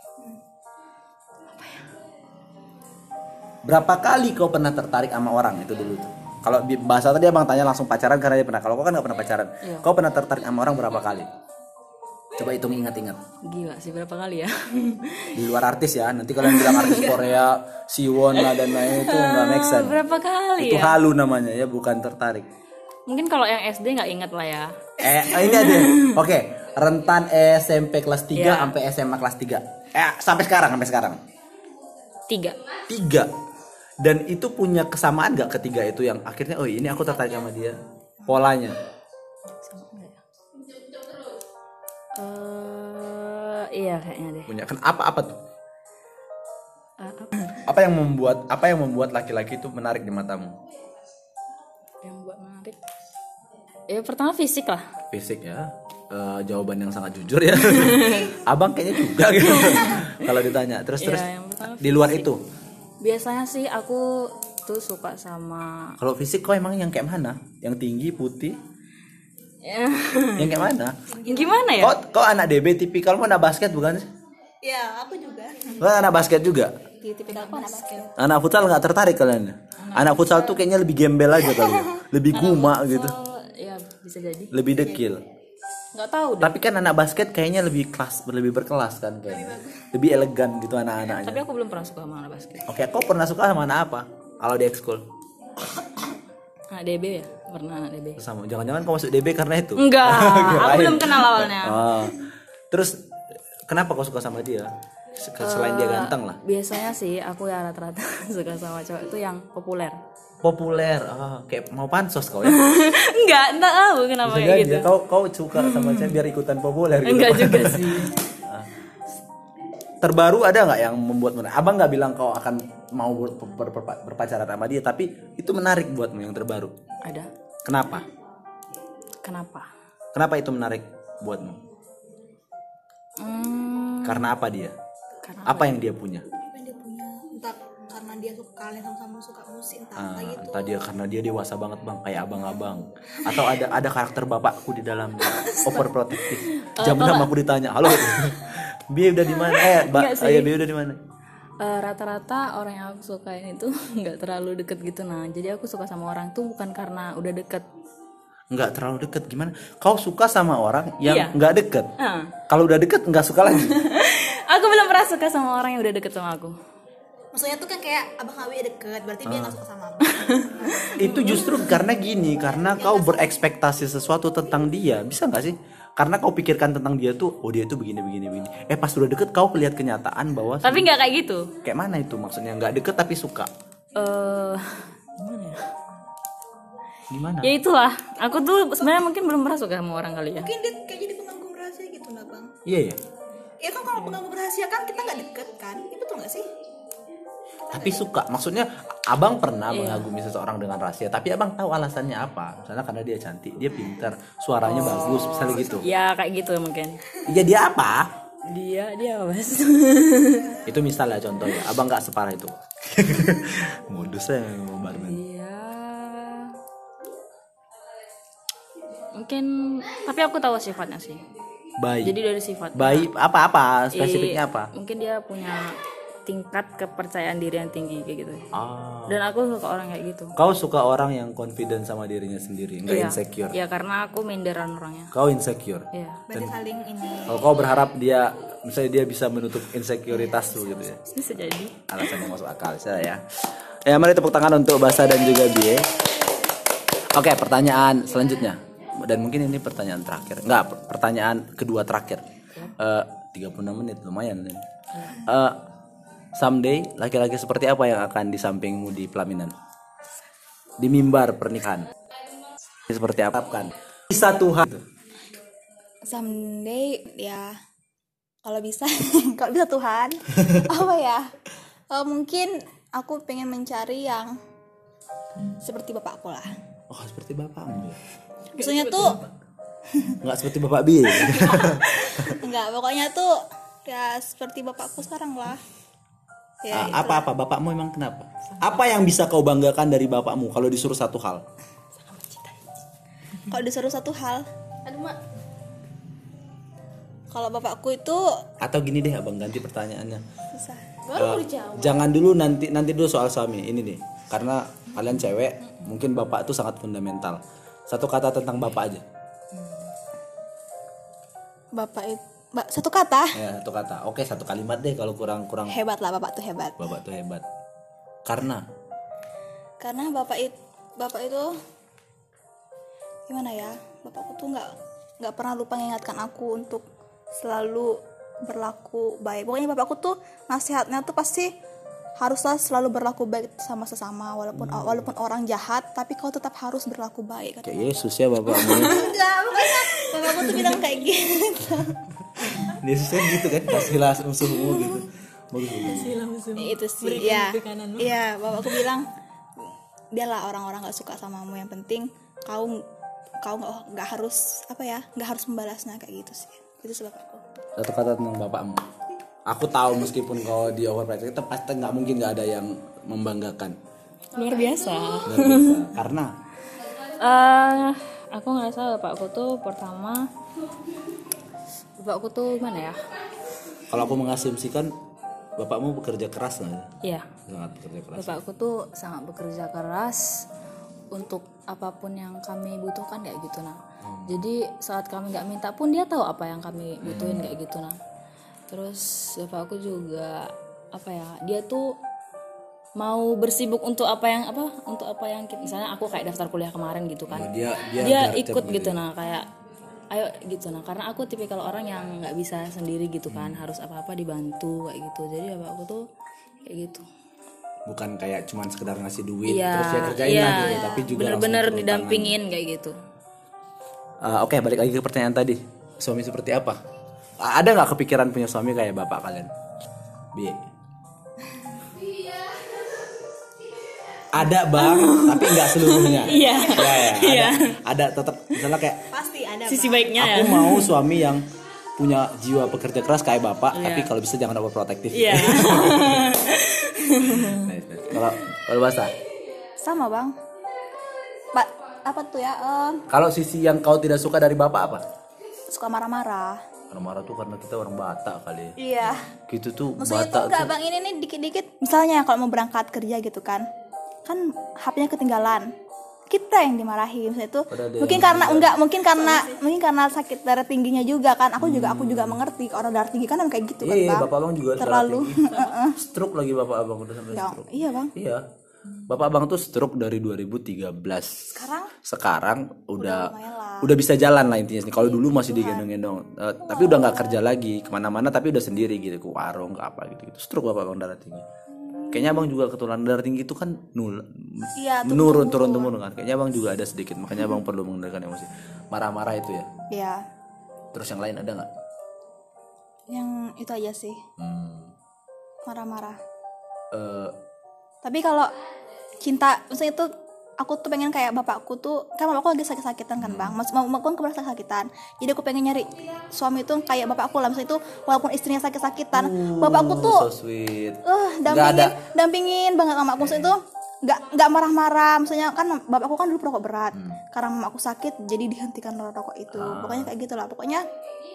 Berapa kali kau pernah tertarik sama orang itu dulu tuh? Kalau di- bahasa tadi abang tanya langsung pacaran karena dia pernah. Kalau kau kan nggak pernah pacaran, kau pernah tertarik sama orang berapa kali? Coba hitung ingat-ingat. Gila sih berapa kali ya? Di luar artis ya, nanti kalian bilang artis Korea, Siwon lah dan lain itu nggak make sense. Berapa kali Itu ya? halu namanya ya, bukan tertarik. Mungkin kalau yang S D nggak inget lah ya. Eh, ini ada. Oke, rentan S M P kelas tiga Iya. sampai S M A kelas tiga. Eh, sampai sekarang, sampai sekarang. Tiga. Tiga. Dan itu punya kesamaan gak ketiga itu yang akhirnya oh ini aku tertarik sama dia. Polanya. Sama enggak ya? Eh, iya kayaknya deh. Punya kan apa apa tuh? Eh, apa Apa yang membuat apa yang membuat laki-laki itu menarik di matamu? yang buat menarik? Ya pertama fisik lah. Fisik ya. Eh, jawaban yang sangat jujur ya. Abang kayaknya juga gitu. Kalau ditanya. Terus Iya, terus yang pertama di luar itu. Biasanya sih aku tuh suka sama Kalau fisik kok emang yang kayak mana? Yang tinggi, putih? ya, Yang kayak mana? gimana ya? Kok kok anak D B tipikal mau anak basket bukan sih? Ya aku juga. Kok anak basket juga? Di tipikal aku anak basket. Anak futsal nggak tertarik kalian? Anak futsal tuh kayaknya lebih gembel aja kali ya. Lebih guma gitu. Oh, ya bisa jadi. Lebih dekil. Nggak tahu deh. Tapi kan anak basket kayaknya lebih kelas, lebih berkelas kan kayaknya. Lebih elegan gitu anak-anaknya. Tapi aku belum pernah suka sama anak basket. Oke, kau pernah suka sama anak apa? Kalau di ekskul? Anak D B ya? Pernah anak D B. Sama. Jangan-jangan kau masuk D B karena itu? Enggak, aku Kirain. belum kenal awalnya. Oh. Terus kenapa kau suka sama dia? Selain dia ganteng lah. Biasanya sih aku ya rata-rata suka sama cowok itu yang populer. Populer, ah, kayak mau pansos kau ya? Enggak, enggak tahu kenapa Bisa kayak jadi gitu. ya, kau kau suka sama saya biar ikutan populer gitu. Enggak juga sih. Terbaru ada nggak yang membuat menarik? Abang nggak bilang kau akan mau ber- ber- ber- berpacaran sama dia, tapi itu menarik buatmu yang terbaru. Ada. Kenapa? Kenapa? Kenapa itu menarik buatmu? Hmm, Karena apa dia? karena Apa yang dia punya? Apa yang dia punya? Entah karena dia suka kalian sama-sama suka musik entah Ah, apa gitu. entah dia karena dia dewasa banget bang, kayak abang-abang, atau ada ada karakter bapakku di dalamnya, overprotective. Jam enam aku ditanya, halo, Bie udah di mana? Eh, ba- Enggak sih. ayah Bie udah di mana? Eh, rata-rata orang yang aku sukain itu nggak terlalu deket gitu. Nah jadi aku suka sama orang tuh bukan karena udah deket. Nggak terlalu deket gimana? Kau suka sama orang yang Iya. nggak deket? Ah. Kalau udah deket nggak suka lagi? Aku belum pernah suka sama orang yang udah deket sama aku. Maksudnya tuh kan kayak abang Awi deket, berarti dia nggak suka sama abang. Itu justru karena gini, karena kau berekspektasi sesuatu tentang dia, bisa nggak sih? Karena kau pikirkan tentang dia tuh, oh dia tuh begini begini begini. Eh pas udah deket kau lihat kenyataan bahwa Tapi nggak kayak gitu. kayak mana itu maksudnya nggak deket tapi suka. Eh gimana ya? Gimana? Ya itulah. Aku tuh sebenarnya mungkin belum pernah suka sama orang kali ya. Mungkin dia kayak jadi pengagum rahasia gitu nah bang. Iya ya. Ya kan kalau pengagum rahasia kan kita nggak deket kan, itu betul nggak sih? Tapi suka, maksudnya abang pernah mengagumi seseorang dengan rahasia, tapi abang tahu alasannya apa? Misalnya karena dia cantik, dia pintar, suaranya bagus, misalnya gitu. Ya kayak gitu mungkin. Iya dia apa? Dia dia apa mas? Itu misalnya contoh ya, abang nggak separah itu. Modusnya barman. Dia mungkin, tapi aku tahu sifatnya sih. Baik. Jadi dari sifat. Baik apa-apa? Spesifiknya apa? Mungkin dia punya tingkat kepercayaan diri yang tinggi kayak gitu. Ah. Dan aku suka orang kayak gitu. Kau suka orang yang confident sama dirinya sendiri, nggak Iya. insecure. Ya karena aku minderan orangnya. Kau insecure. Iya. Berarti saling ini. Kalau kau berharap dia, misalnya dia bisa menutup insekuritas tuh gitu ya. Bisa jadi. Alasan yang masuk akal saya ya. Ya mari tepuk tangan untuk Basa dan juga Bie. Oke, pertanyaan selanjutnya. Dan mungkin ini pertanyaan terakhir. Enggak, per- pertanyaan kedua terakhir. Eh, tiga puluh enam menit lumayan ini. Eh, someday laki-laki seperti apa yang akan di sampingmu di pelaminan? Di mimbar pernikahan. Seperti apa kan? Bisa Tuhan. Someday ya kalau bisa kalau bisa Tuhan apa ya Eh, mungkin aku pengen mencari yang seperti bapakku lah. Oh, seperti bapakmu ya. Maksudnya tuh Enggak seperti bapak Bie. enggak, pokoknya tuh ya seperti bapakku sekarang lah. Ya, Ah, apa-apa bapakmu emang kenapa? Apa yang bisa kau banggakan dari bapakmu kalau disuruh satu hal? kalau disuruh satu hal, Aduh mak. kalau bapakku itu Atau gini deh, abang ganti pertanyaannya. susah. Baru Eh, jangan dulu nanti nanti dulu soal suami ini nih, karena kalian cewek mungkin bapak itu sangat fundamental. Satu kata tentang bapak aja. Bapak itu ba- satu kata Ya satu kata. Oke satu kalimat deh kalau kurang kurang. hebat lah, bapak tuh hebat. Bapak tuh hebat. Karena Karena bapak itu bapak itu gimana ya? Bapakku tuh nggak nggak pernah lupa mengingatkan aku untuk selalu berlaku baik. Pokoknya bapakku tuh nasihatnya tuh pasti haruslah selalu berlaku baik sama sesama walaupun walaupun orang jahat, tapi kau tetap harus berlaku baik. kayak Yesus ya bapakmu. Enggak, pokoknya bapakku tuh bilang kayak gitu. Yesus kan gitu kan, kasihlah musuhmu gitu. Bagus bagus. Itu sih ya. Iya, bapakku bilang biarlah orang-orang nggak suka samamu, yang penting kau kau nggak nggak harus apa ya nggak harus membalasnya kayak gitu sih. Itu sih bapakku. Satu kata tentang bapakmu. Aku tahu meskipun kau di overprotective, itu pasti nggak mungkin nggak ada yang membanggakan. Luar biasa. Luar biasa. Karena Eh, aku ngerasa bapakku tuh pertama, bapakku tuh gimana ya? kalau aku mengasumsikan bapakmu bekerja keras nggak? Iya. Sangat bekerja keras. Bapakku tuh sangat bekerja keras untuk apapun yang kami butuhkan kayak gitu nah. Jadi saat kami nggak minta pun dia tahu apa yang kami butuhin kayak gitu nah. Terus bapakku juga apa ya? Dia tuh mau bersibuk untuk apa yang apa? Untuk apa yang kita, misalnya aku kayak daftar kuliah kemarin gitu kan. Oh, dia dia, Dia garcep ikut gitu ya. nah kayak ayo gitu nah, karena aku tipikal orang yang nggak bisa sendiri gitu kan, Hmm. harus apa-apa dibantu kayak gitu. Jadi bapakku tuh kayak gitu. Bukan kayak cuman sekedar ngasih duit Iya, terus ya kerjain iya, lah gitu, tapi juga bener-bener langsung turun didampingin kayak gitu. tangan. Uh, Oke, balik lagi ke pertanyaan tadi. Suami seperti apa? A- Ada nggak kepikiran punya suami kayak bapak kalian? Bi. Ada bang, tapi nggak seluruhnya. Iya. Ya, ya, ada, Iya. ada tetap misalnya kayak Pasti ada. Sisi Bang. baiknya ya. aku mau suami yang punya jiwa pekerja keras kayak bapak, Iya. tapi kalau bisa jangan overprotective. Iya. Nice, nice. Kalau kalau bahasa. Sama bang. Pak apa tuh ya? Em, Kalau sisi yang kau tidak suka dari bapak apa? suka marah-marah. Karena marah tuh karena kita orang Batak kali. Iya. Gitu tuh Maksudnya tuh Batak enggak tuh. bang, ini nih dikit-dikit. Misalnya kalau mau berangkat kerja gitu kan, kan H P-nya ketinggalan. Kita yang dimarahi misalnya itu. Padahal dia Mungkin yang karena enggak, mungkin karena mungkin karena sakit darah tingginya juga kan. Aku juga aku juga mengerti orang darah tinggi kan kayak gitu kan Iya, bang. bapak abang juga Terlalu. darah tinggi. Stroke lagi bapak abang udah sampai Ya, stroke. iya bang. Iya. Bapak abang tuh stroke dari dua ribu tiga belas. Sekarang Sekarang udah lumayan lah. udah bisa jalan lah intinya. Kalau dulu masih digendong-gendong, Eh, tapi udah nggak kerja lagi kemana-mana, tapi udah sendiri gitu ke warung ke apa gitu. gitu. Stroke bapak abang darah tinggi. Kayaknya abang juga ketularan darah tinggi itu kan nul, Iya, turun- menurun turun temurun kan. Kayaknya abang juga ada sedikit, makanya abang perlu mengendalikan emosi. Marah-marah itu ya. Iya. Terus yang lain ada nggak? Yang itu aja sih, Hmm. marah-marah. Eh, Tapi kalau cinta, maksudnya itu aku tuh pengen kayak bapakku tuh, kan bapakku lagi sakit-sakitan kan bang, mas mau aku kan kebetulan sakit-sakitan, jadi aku pengen nyari suami tuh kayak bapakku lah, maksudnya itu walaupun istrinya sakit-sakitan, bapakku tuh so sweet. eh Nggak dampingin, ada. dampingin banget sama aku, maksudnya itu nggak nggak marah-marah, maksudnya kan bapakku kan dulu perokok berat, karena mamaku sakit, jadi dihentikan rokok itu, pokoknya kayak gitulah, pokoknya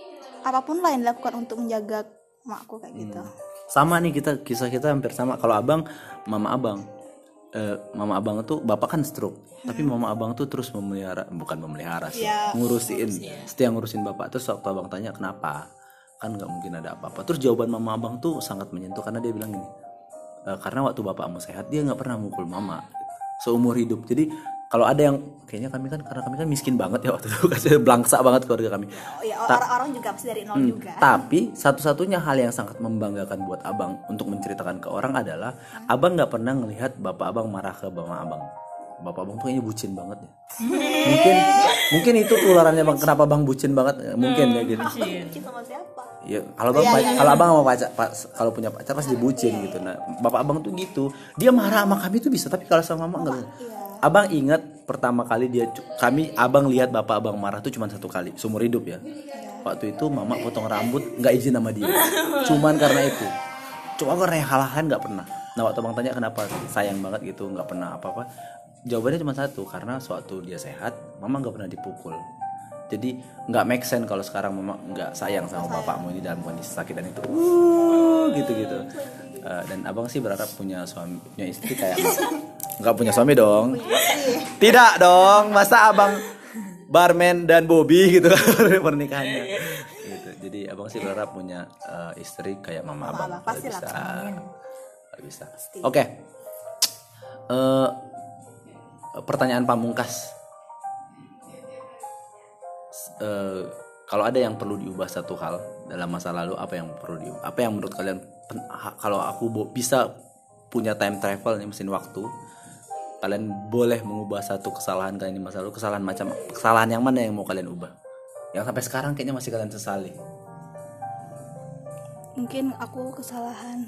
apapun lah yang dilakukan untuk menjaga mamaku kayak gitu. Sama nih kita, kisah kita hampir sama. Kalau abang, mama abang, eh, mama abang tuh bapak kan stroke, tapi mama abang tuh terus memelihara, bukan memelihara sih, Iya, ngurusin, setia ngurusin bapak. Terus waktu abang tanya kenapa, kan nggak mungkin ada apa-apa. Terus jawaban mama abang tuh sangat menyentuh karena dia bilang gini, "E, karena waktu bapakmu sehat dia nggak pernah mukul mama seumur hidup. Jadi kalau ada yang kayaknya kami kan karena kami kan miskin banget ya waktu itu, kasih belangsa banget keluarga kami. Oh ya orang-orang juga pasti dari nol juga. Tapi satu-satunya hal yang sangat membanggakan buat abang untuk menceritakan ke orang adalah abang nggak pernah ngelihat bapak abang marah ke mama abang. Bapak abang tuh kayaknya bucin banget ya. Mungkin mungkin itu tularannya bang, kenapa bang bucin banget? Mungkin ya gitu. Bucin sama siapa? Ya kalau bang kalau abang sama pacar pa- kalau punya pacar pasti bucin gitu. Nah bapak abang tuh gitu, dia marah sama kami tuh bisa, tapi kalau sama mama enggak. Abang ingat pertama kali dia kami abang lihat bapak abang marah tuh cuma satu kali seumur hidup ya. Waktu itu mama potong rambut nggak izin sama dia, cuman karena itu. Cuma karena hal lain nggak pernah. Nah waktu abang tanya kenapa sayang banget gitu nggak pernah apa-apa, jawabannya cuma satu, karena sewaktu dia sehat mama nggak pernah dipukul. Jadi nggak make sense kalau sekarang mama nggak sayang sama bapakmu ini dalam kondisi sakit dan itu uh, gitu-gitu. Uh, dan abang sih berharap punya suami, punya istri kayak nggak punya suami dong. Tidak dong, masa abang barman dan Bobby gitu kan pernikahannya. Gitu. Jadi abang sih berharap punya uh, istri kayak mama abang. abang, pastilah. Bisa. Kalau bisa. Oke. Uh, pertanyaan pamungkas. Uh, kalau ada yang perlu diubah satu hal dalam masa lalu, apa yang perlu diubah? Apa yang menurut kalian pen- ha- kalau aku bo- bisa punya time travel nih, mesin waktu, kalian boleh mengubah satu kesalahan kalian di masa lalu, kesalahan macam kesalahan yang mana yang mau kalian ubah? Yang sampai sekarang kayaknya masih kalian sesali. Mungkin aku kesalahan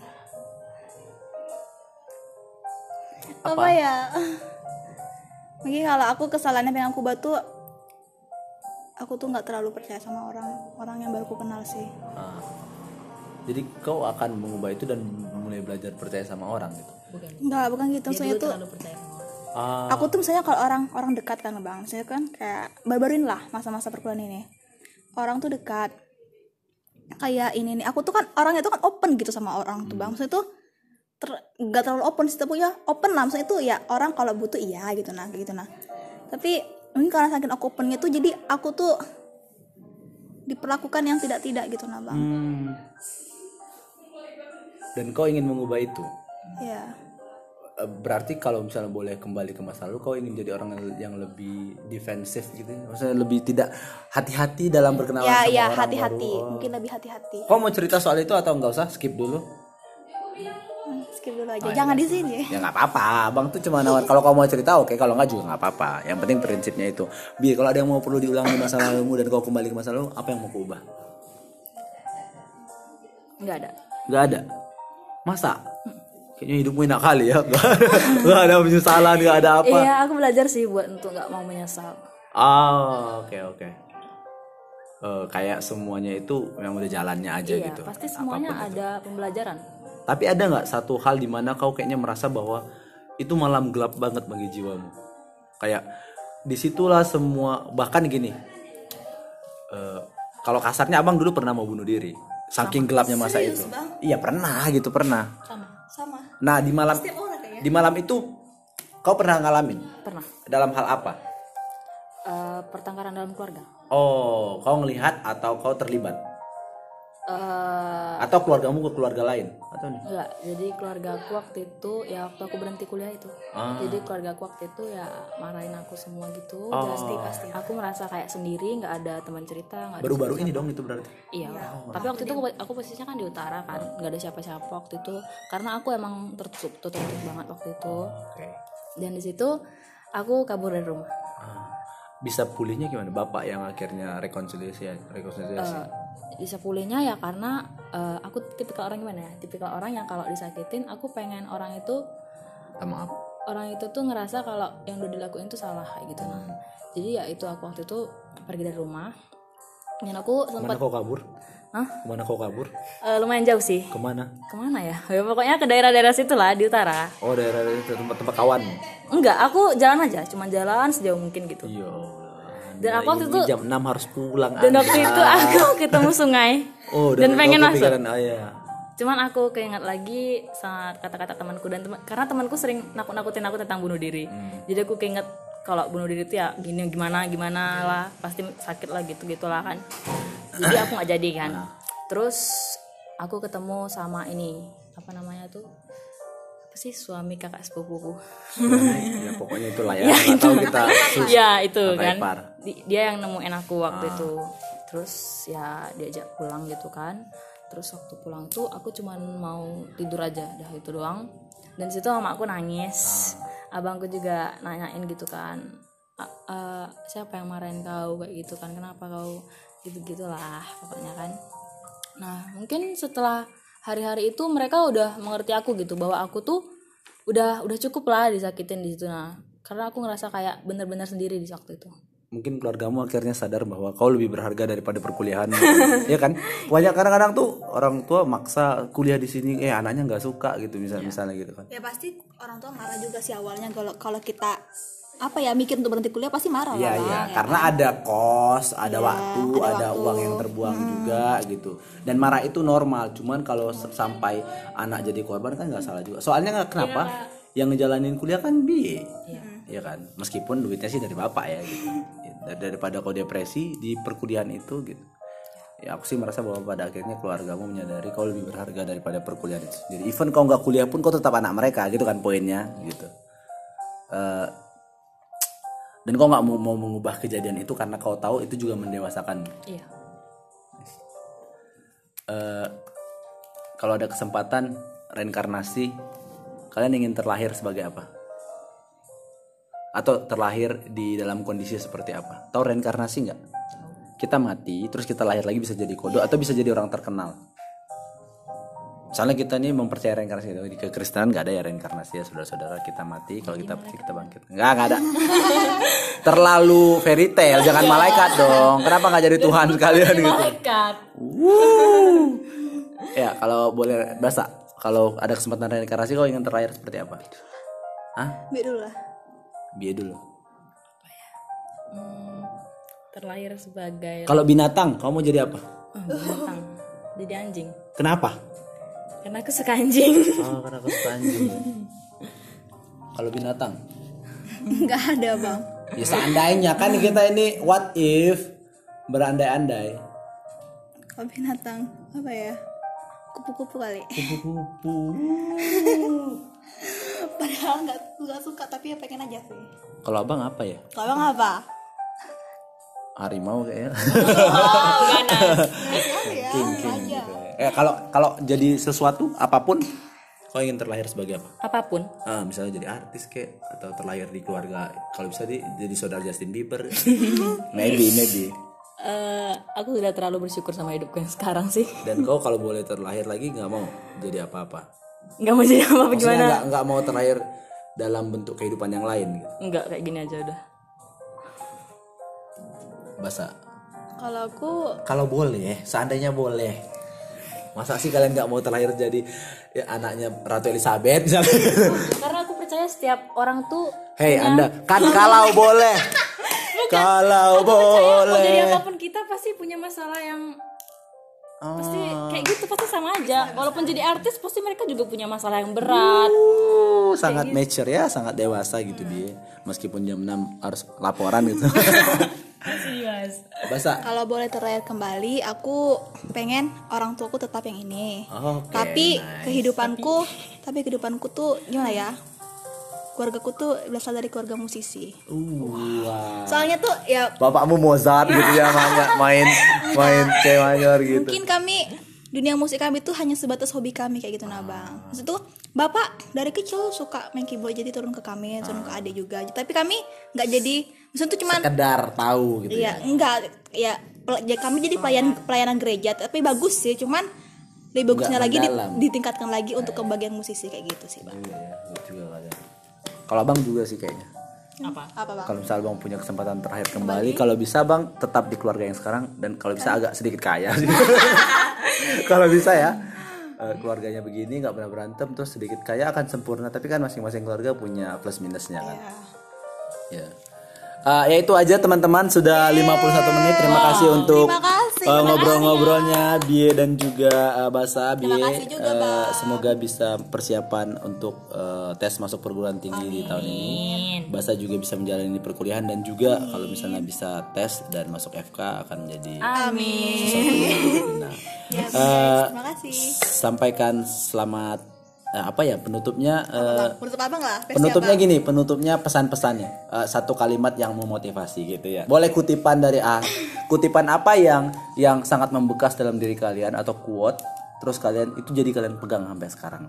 apa, Apa? ya? Mungkin kalau aku kesalahannya yang aku buat tuh, aku tuh nggak terlalu percaya sama orang orang yang baru aku kenal sih. Ah. Jadi kau akan mengubah itu dan mulai belajar percaya sama orang gitu. Bukan. Nggak, bukan gitu. Dia Maksudnya dulu tuh terlalu percaya sama orang. Ah. aku tuh misalnya kalau orang orang dekat kan bang, misalnya kan kayak baru-baru ini lah masa-masa perkuliahan ini, orang tuh dekat kayak ini nih, aku tuh kan orangnya tuh kan open gitu sama orang tuh bang, maksudnya tuh ter- nggak terlalu open sih, tapi ya open lah, maksudnya tuh ya orang kalau butuh iya gitu nah kayak gitu nah. Tapi mungkin karena saking aku opennya tuh, jadi aku tuh diperlakukan yang tidak-tidak gitu nah bang. Hmm. Dan kau ingin mengubah itu? Ya. Eh, Berarti kalau misalnya boleh kembali ke masa lalu, kau ingin jadi orang yang- yang lebih defensif gitu, maksudnya lebih tidak hati-hati dalam berkenalan Ya, sama ya orang hati-hati, baru. Oh. mungkin lebih hati-hati. Kau mau cerita soal itu atau enggak usah, skip dulu? Hmm, skip dulu aja, Oh, jangan iya. di sini. Ya nggak apa-apa, abang tuh cuma nawar. Kalau kau mau cerita oke, kalau nggak juga nggak apa-apa. Yang penting prinsipnya itu. Bi, kalau ada yang mau perlu diulang di masa lalumu dan kau kembali ke masa lalu, apa yang mau kau ubah? Nggak ada. Nggak ada. Masa? Kayaknya hidupmu enak kali ya. Nggak ada, nggak ada penyesalan, nggak ada apa. Iya, aku belajar sih buat untuk nggak mau menyesal. Ah, oke oke. Eh, kayak semuanya itu yang udah jalannya aja Iya, gitu. pasti semuanya Apapun itu. ada pembelajaran. Tapi ada nggak satu hal di mana kau kayaknya merasa bahwa itu malam gelap banget bagi jiwamu. Kayak disitulah semua, bahkan gini, uh, kalau kasarnya abang dulu pernah mau bunuh diri, saking gelapnya masa Serius, itu. Bang? Iya pernah gitu pernah. Sama. Sama. Nah di malam Setiap orang kayaknya. di malam itu kau pernah ngalamin Pernah. dalam hal apa? Eh, pertengkaran dalam keluarga. Oh kau ngelihat atau kau terlibat Eh atau keluargamu ke keluarga lain atau nih? enggak, jadi keluarga aku waktu itu ya waktu aku berhenti kuliah itu. Ah. Jadi keluarga aku waktu itu ya marahin aku semua gitu. Oh. Pasti pasti. Aku merasa kayak sendiri, nggak ada teman cerita, nggak ada Baru-baru siapa-siapa. ini dong itu berarti. Iya, tapi waktu itu aku, aku posisinya kan di utara kan, nggak ada siapa-siapa waktu itu, karena aku emang tertutup, tertutup banget waktu itu. Oke. Dan di situ aku kabur dari rumah. Ah. Bisa pulihnya gimana? Bapak yang akhirnya rekonsiliasi, rekonsiliasi. Eh, bisa pulihnya ya karena eh, aku tipikal orang gimana ya? Tipikal orang yang kalau disakitin, aku pengen orang itu, Minta maaf. orang itu tuh ngerasa kalau yang udah dilakuin tuh salah kayak gitu nah. Jadi ya itu aku waktu itu pergi dari rumah. Dan aku Kemana sempat, kau kabur? Hah? Kemana kau kabur? eh, lumayan jauh sih. Kemana? Kemana ya? Ya pokoknya ke daerah-daerah situ lah di utara. Oh daerah itu tempat-tempat kawan. Enggak, aku jalan aja, cuma jalan sejauh mungkin gitu. Iya. Dan aku waktu Ini itu- jam enam harus pulang. Dan waktu Anda. itu aku ketemu sungai Oh, dan pengen kau masuk. kepikiran, oh, iya. Cuman aku keinget lagi sama kata-kata temanku dan teman, karena temanku sering nakut-nakutin aku tentang bunuh diri. Jadi aku keinget kalau bunuh diri itu ya gini gimana gimana lah, pasti sakit lah gitu gitulah kan. Jadi aku nggak jadi kan. Terus aku ketemu sama ini apa namanya tuh, apa sih, suami kakak sepupuku. Ya pokoknya itulah ya. Nggak tahu kita sus. Ya itu Apa kan. ipar. Di- dia yang nemuin aku waktu itu. Terus ya diajak pulang gitu kan. Terus waktu pulang tuh aku cuman mau tidur aja, dah itu doang. Dan situ mama aku nangis. Abangku juga nanyain gitu kan. "A- eh, siapa yang marahin kau kayak gitu kan? Kenapa kau gitu-gitulah pokoknya kan." Nah, mungkin setelah hari-hari itu mereka udah mengerti aku gitu bahwa aku tuh udah udah cukup lah disakitin di situ. Nah, karena aku ngerasa kayak bener-bener sendiri di waktu itu. Mungkin keluargamu akhirnya sadar bahwa kau lebih berharga daripada perkuliahan. Ya kan? Banyak kadang-kadang tuh orang tua maksa kuliah di sini, eh anaknya nggak suka gitu misalnya misalnya gitu kan. Ya pasti orang tua marah juga sih awalnya kalau kalau kita apa ya mikir untuk berhenti kuliah pasti marah Iya lah, iya, Bang, ya karena kan? ada kos, ada Iya, waktu, ada ada, waktu. uang yang terbuang juga gitu. Dan marah itu normal, cuman kalau s- sampai anak jadi korban kan nggak salah juga. Soalnya nggak kenapa? Yang ngejalanin kuliah kan biaya, iya kan. Meskipun duitnya sih dari bapak ya gitu. Dar- Daripada kau depresi di perkuliahan itu gitu. Ya aku sih merasa bahwa pada akhirnya keluargamu menyadari kau lebih berharga daripada perkuliahan itu sendiri. Even kau nggak kuliah pun kau tetap anak mereka gitu kan poinnya gitu. Eh, dan kau nggak mau, mau mengubah kejadian itu karena kau tahu itu juga mendewasakan. Iya. Eh, kalau ada kesempatan reinkarnasi, kalian ingin terlahir sebagai apa? Atau terlahir di dalam kondisi seperti apa? Tahu reinkarnasi nggak? Kita mati, terus kita lahir lagi bisa jadi kodok atau bisa jadi orang terkenal. Misalnya kita nih mempercayai reinkarnasi, di kekristenan nggak ada ya reinkarnasi ya saudara-saudara, kita mati kalau kita mati kita bangkit. Nggak nggak ada. Terlalu fairy tale, jangan malaikat dong. Kenapa nggak jadi Tuhan sekalian gitu? Malaikat. Wuh. Ya kalau boleh bahasa, kalau ada kesempatan reinkarnasi kau ingin terlahir seperti apa? Hah? Biar dulu lah. Biar dulu. Hmm, terlahir sebagai Kalau binatang, kau mau jadi apa? oh, binatang. Jadi anjing. Kenapa? Karena aku suka anjing. Oh, karena kau suka anjing. Kalau binatang, Nggak ada, Bang. ya seandainya kan kita ini what if berandai-andai. Kalau binatang apa ya? Kupu-kupu kali. Kupu-kupu. Padahal nggak nggak suka tapi ya pengen aja sih. Kalau abang apa ya? Kalau Bang apa? Harimau kayaknya. Oh, ganas. Ya, King, king aja. gitu ya. Eh kalau kalau jadi sesuatu apapun, kau ingin terlahir sebagai apa? Apapun. Ah, misalnya jadi artis kek atau terlahir di keluarga, kalau bisa di, jadi saudara Justin Bieber. maybe maybe. Eh, aku udah terlalu bersyukur sama hidupku yang sekarang sih. Dan kau kalau boleh terlahir lagi nggak mau jadi apa-apa. Nggak mau jadi apa-apa Maksudnya gimana? nggak nggak mau terlahir dalam bentuk kehidupan yang lain gitu. Enggak, kayak gini aja udah. Bahasa. Kalau aku Kalau boleh, seandainya boleh. Masa sih kalian nggak mau terlahir jadi ya, anaknya Ratu Elizabeth misalnya? Karena aku percaya percaya setiap orang tuh Hei punya- Anda, kan kalau boleh. Kalau aku percaya mau jadi boleh. apapun kita pasti punya masalah yang pasti kayak gitu, pasti sama aja. Walaupun jadi artis pasti mereka juga punya masalah yang berat. Uh, sangat mature ya, sangat dewasa gitu dia. Meskipun jam enam harus laporan gitu. Serius. Basa. Kalau boleh terlihat kembali, aku pengen orang tuaku tetap yang ini. Oke, tapi nice. kehidupanku, tapi kehidupanku tuh gimana ya? Keluargaku tuh berasal dari keluarga musisi. Uh, wow. Soalnya tuh ya Bapakmu Mozart gitu ya, main main main C mayor gitu. mungkin kami dunia musik kami tuh hanya sebatas hobi kami kayak gitu nah bang. Maksud tuh bapak dari kecil suka main keyboard jadi turun ke kami, turun ke adik juga. Tapi kami nggak jadi, maksud tuh cuman Sekedar tahu gitu ya ya. enggak ya, pel- ya kami jadi pelayan pelayanan gereja tapi bagus sih, cuman lebih bagusnya Nggak lagi di- mendalam. ditingkatkan lagi untuk ke bagian musisi kayak gitu sih bang. Iya, iya, betul juga kadang. Kalau abang juga sih kayaknya. Apa? Apa bang? Kalau misalnya bang punya kesempatan terakhir kembali, kalau bisa bang tetap di keluarga yang sekarang dan kalau bisa agak sedikit kaya. Kalau bisa ya, eh, keluarganya begini nggak pernah berantem terus sedikit kaya akan sempurna. Tapi kan masing-masing keluarga punya plus minusnya kan. Ya. Eh, ya itu aja teman-teman, sudah lima puluh satu menit. Terima kasih untuk Terima kasih, eh, terima ngobrol-ngobrolnya Bie dan juga eh, Basa. Bie, Terima kasih juga, eh, Bang. semoga bisa persiapan untuk eh, tes masuk perguruan tinggi di tahun ini. Basa juga bisa menjalani perkuliahan dan juga kalau misalnya bisa tes dan masuk F K akan menjadi Amin. sesuatu yang berguna. Ya, Eh, terima kasih. Sampaikan selamat eh, apa ya penutupnya eh, Bang, menurut abang lah. versi penutupnya abang. gini, penutupnya pesan-pesannya eh, satu kalimat yang memotivasi gitu ya. Boleh kutipan dari A, kutipan apa yang yang sangat membekas dalam diri kalian atau quote, terus kalian itu jadi kalian pegang sampai sekarang.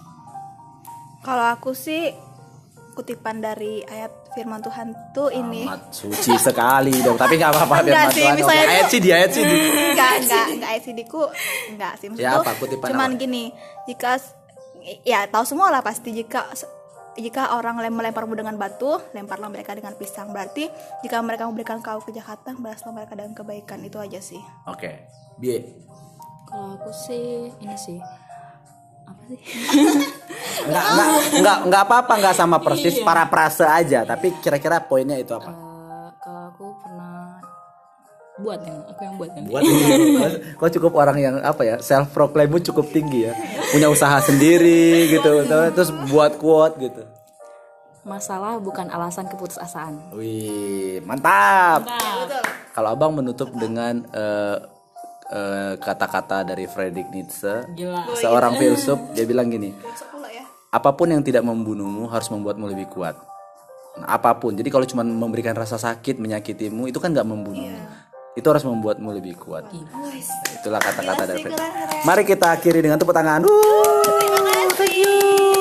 Kalau aku sih kutipan dari ayat firman Tuhan tuh ini. Amat suci sekali dong, tapi nggak apa-apa Enggak firman sih, Tuhan. Oke, misalnya ayat tuh- sih di ayat sih di. enggak enggak enggak I C D-ku enggak sih, maksud Ya, tuh apa? Kutipan cuman apa? gini, jika ya tahu semua lah pasti, jika jika orang lem- melemparmu dengan batu, lemparlah mereka dengan pisang. Berarti jika mereka memberikan kau kejahatan, balaslah mereka dengan kebaikan. Itu aja sih. Oke, Bie. Kalau aku sih ini sih apa sih? Enggak, enggak, enggak, enggak apa-apa, enggak sama persis, para prase aja, tapi kira-kira poinnya itu apa? Eh, kalau aku pernah buat yang aku yang buat kan. Buat kau cukup orang yang apa ya, self proclaimmu cukup tinggi ya, punya usaha sendiri gitu, terus buat quote gitu. Masalah bukan alasan keputusasaan. Wih, mantap. Betul. Kalau abang menutup dengan eh, eh, kata-kata dari Friedrich Nietzsche, Gila. seorang filsuf, dia bilang gini, Pula ya. apapun yang tidak membunuhmu harus membuatmu lebih kuat. Nah, apapun. Jadi kalau cuma memberikan rasa sakit, menyakitimu, itu kan nggak membunuhmu. Itu harus membuatmu lebih kuat. Nah, itulah kata-kata dari Friedrich. Mari kita akhiri dengan tepuk tangan. Wuh, Terima kasih.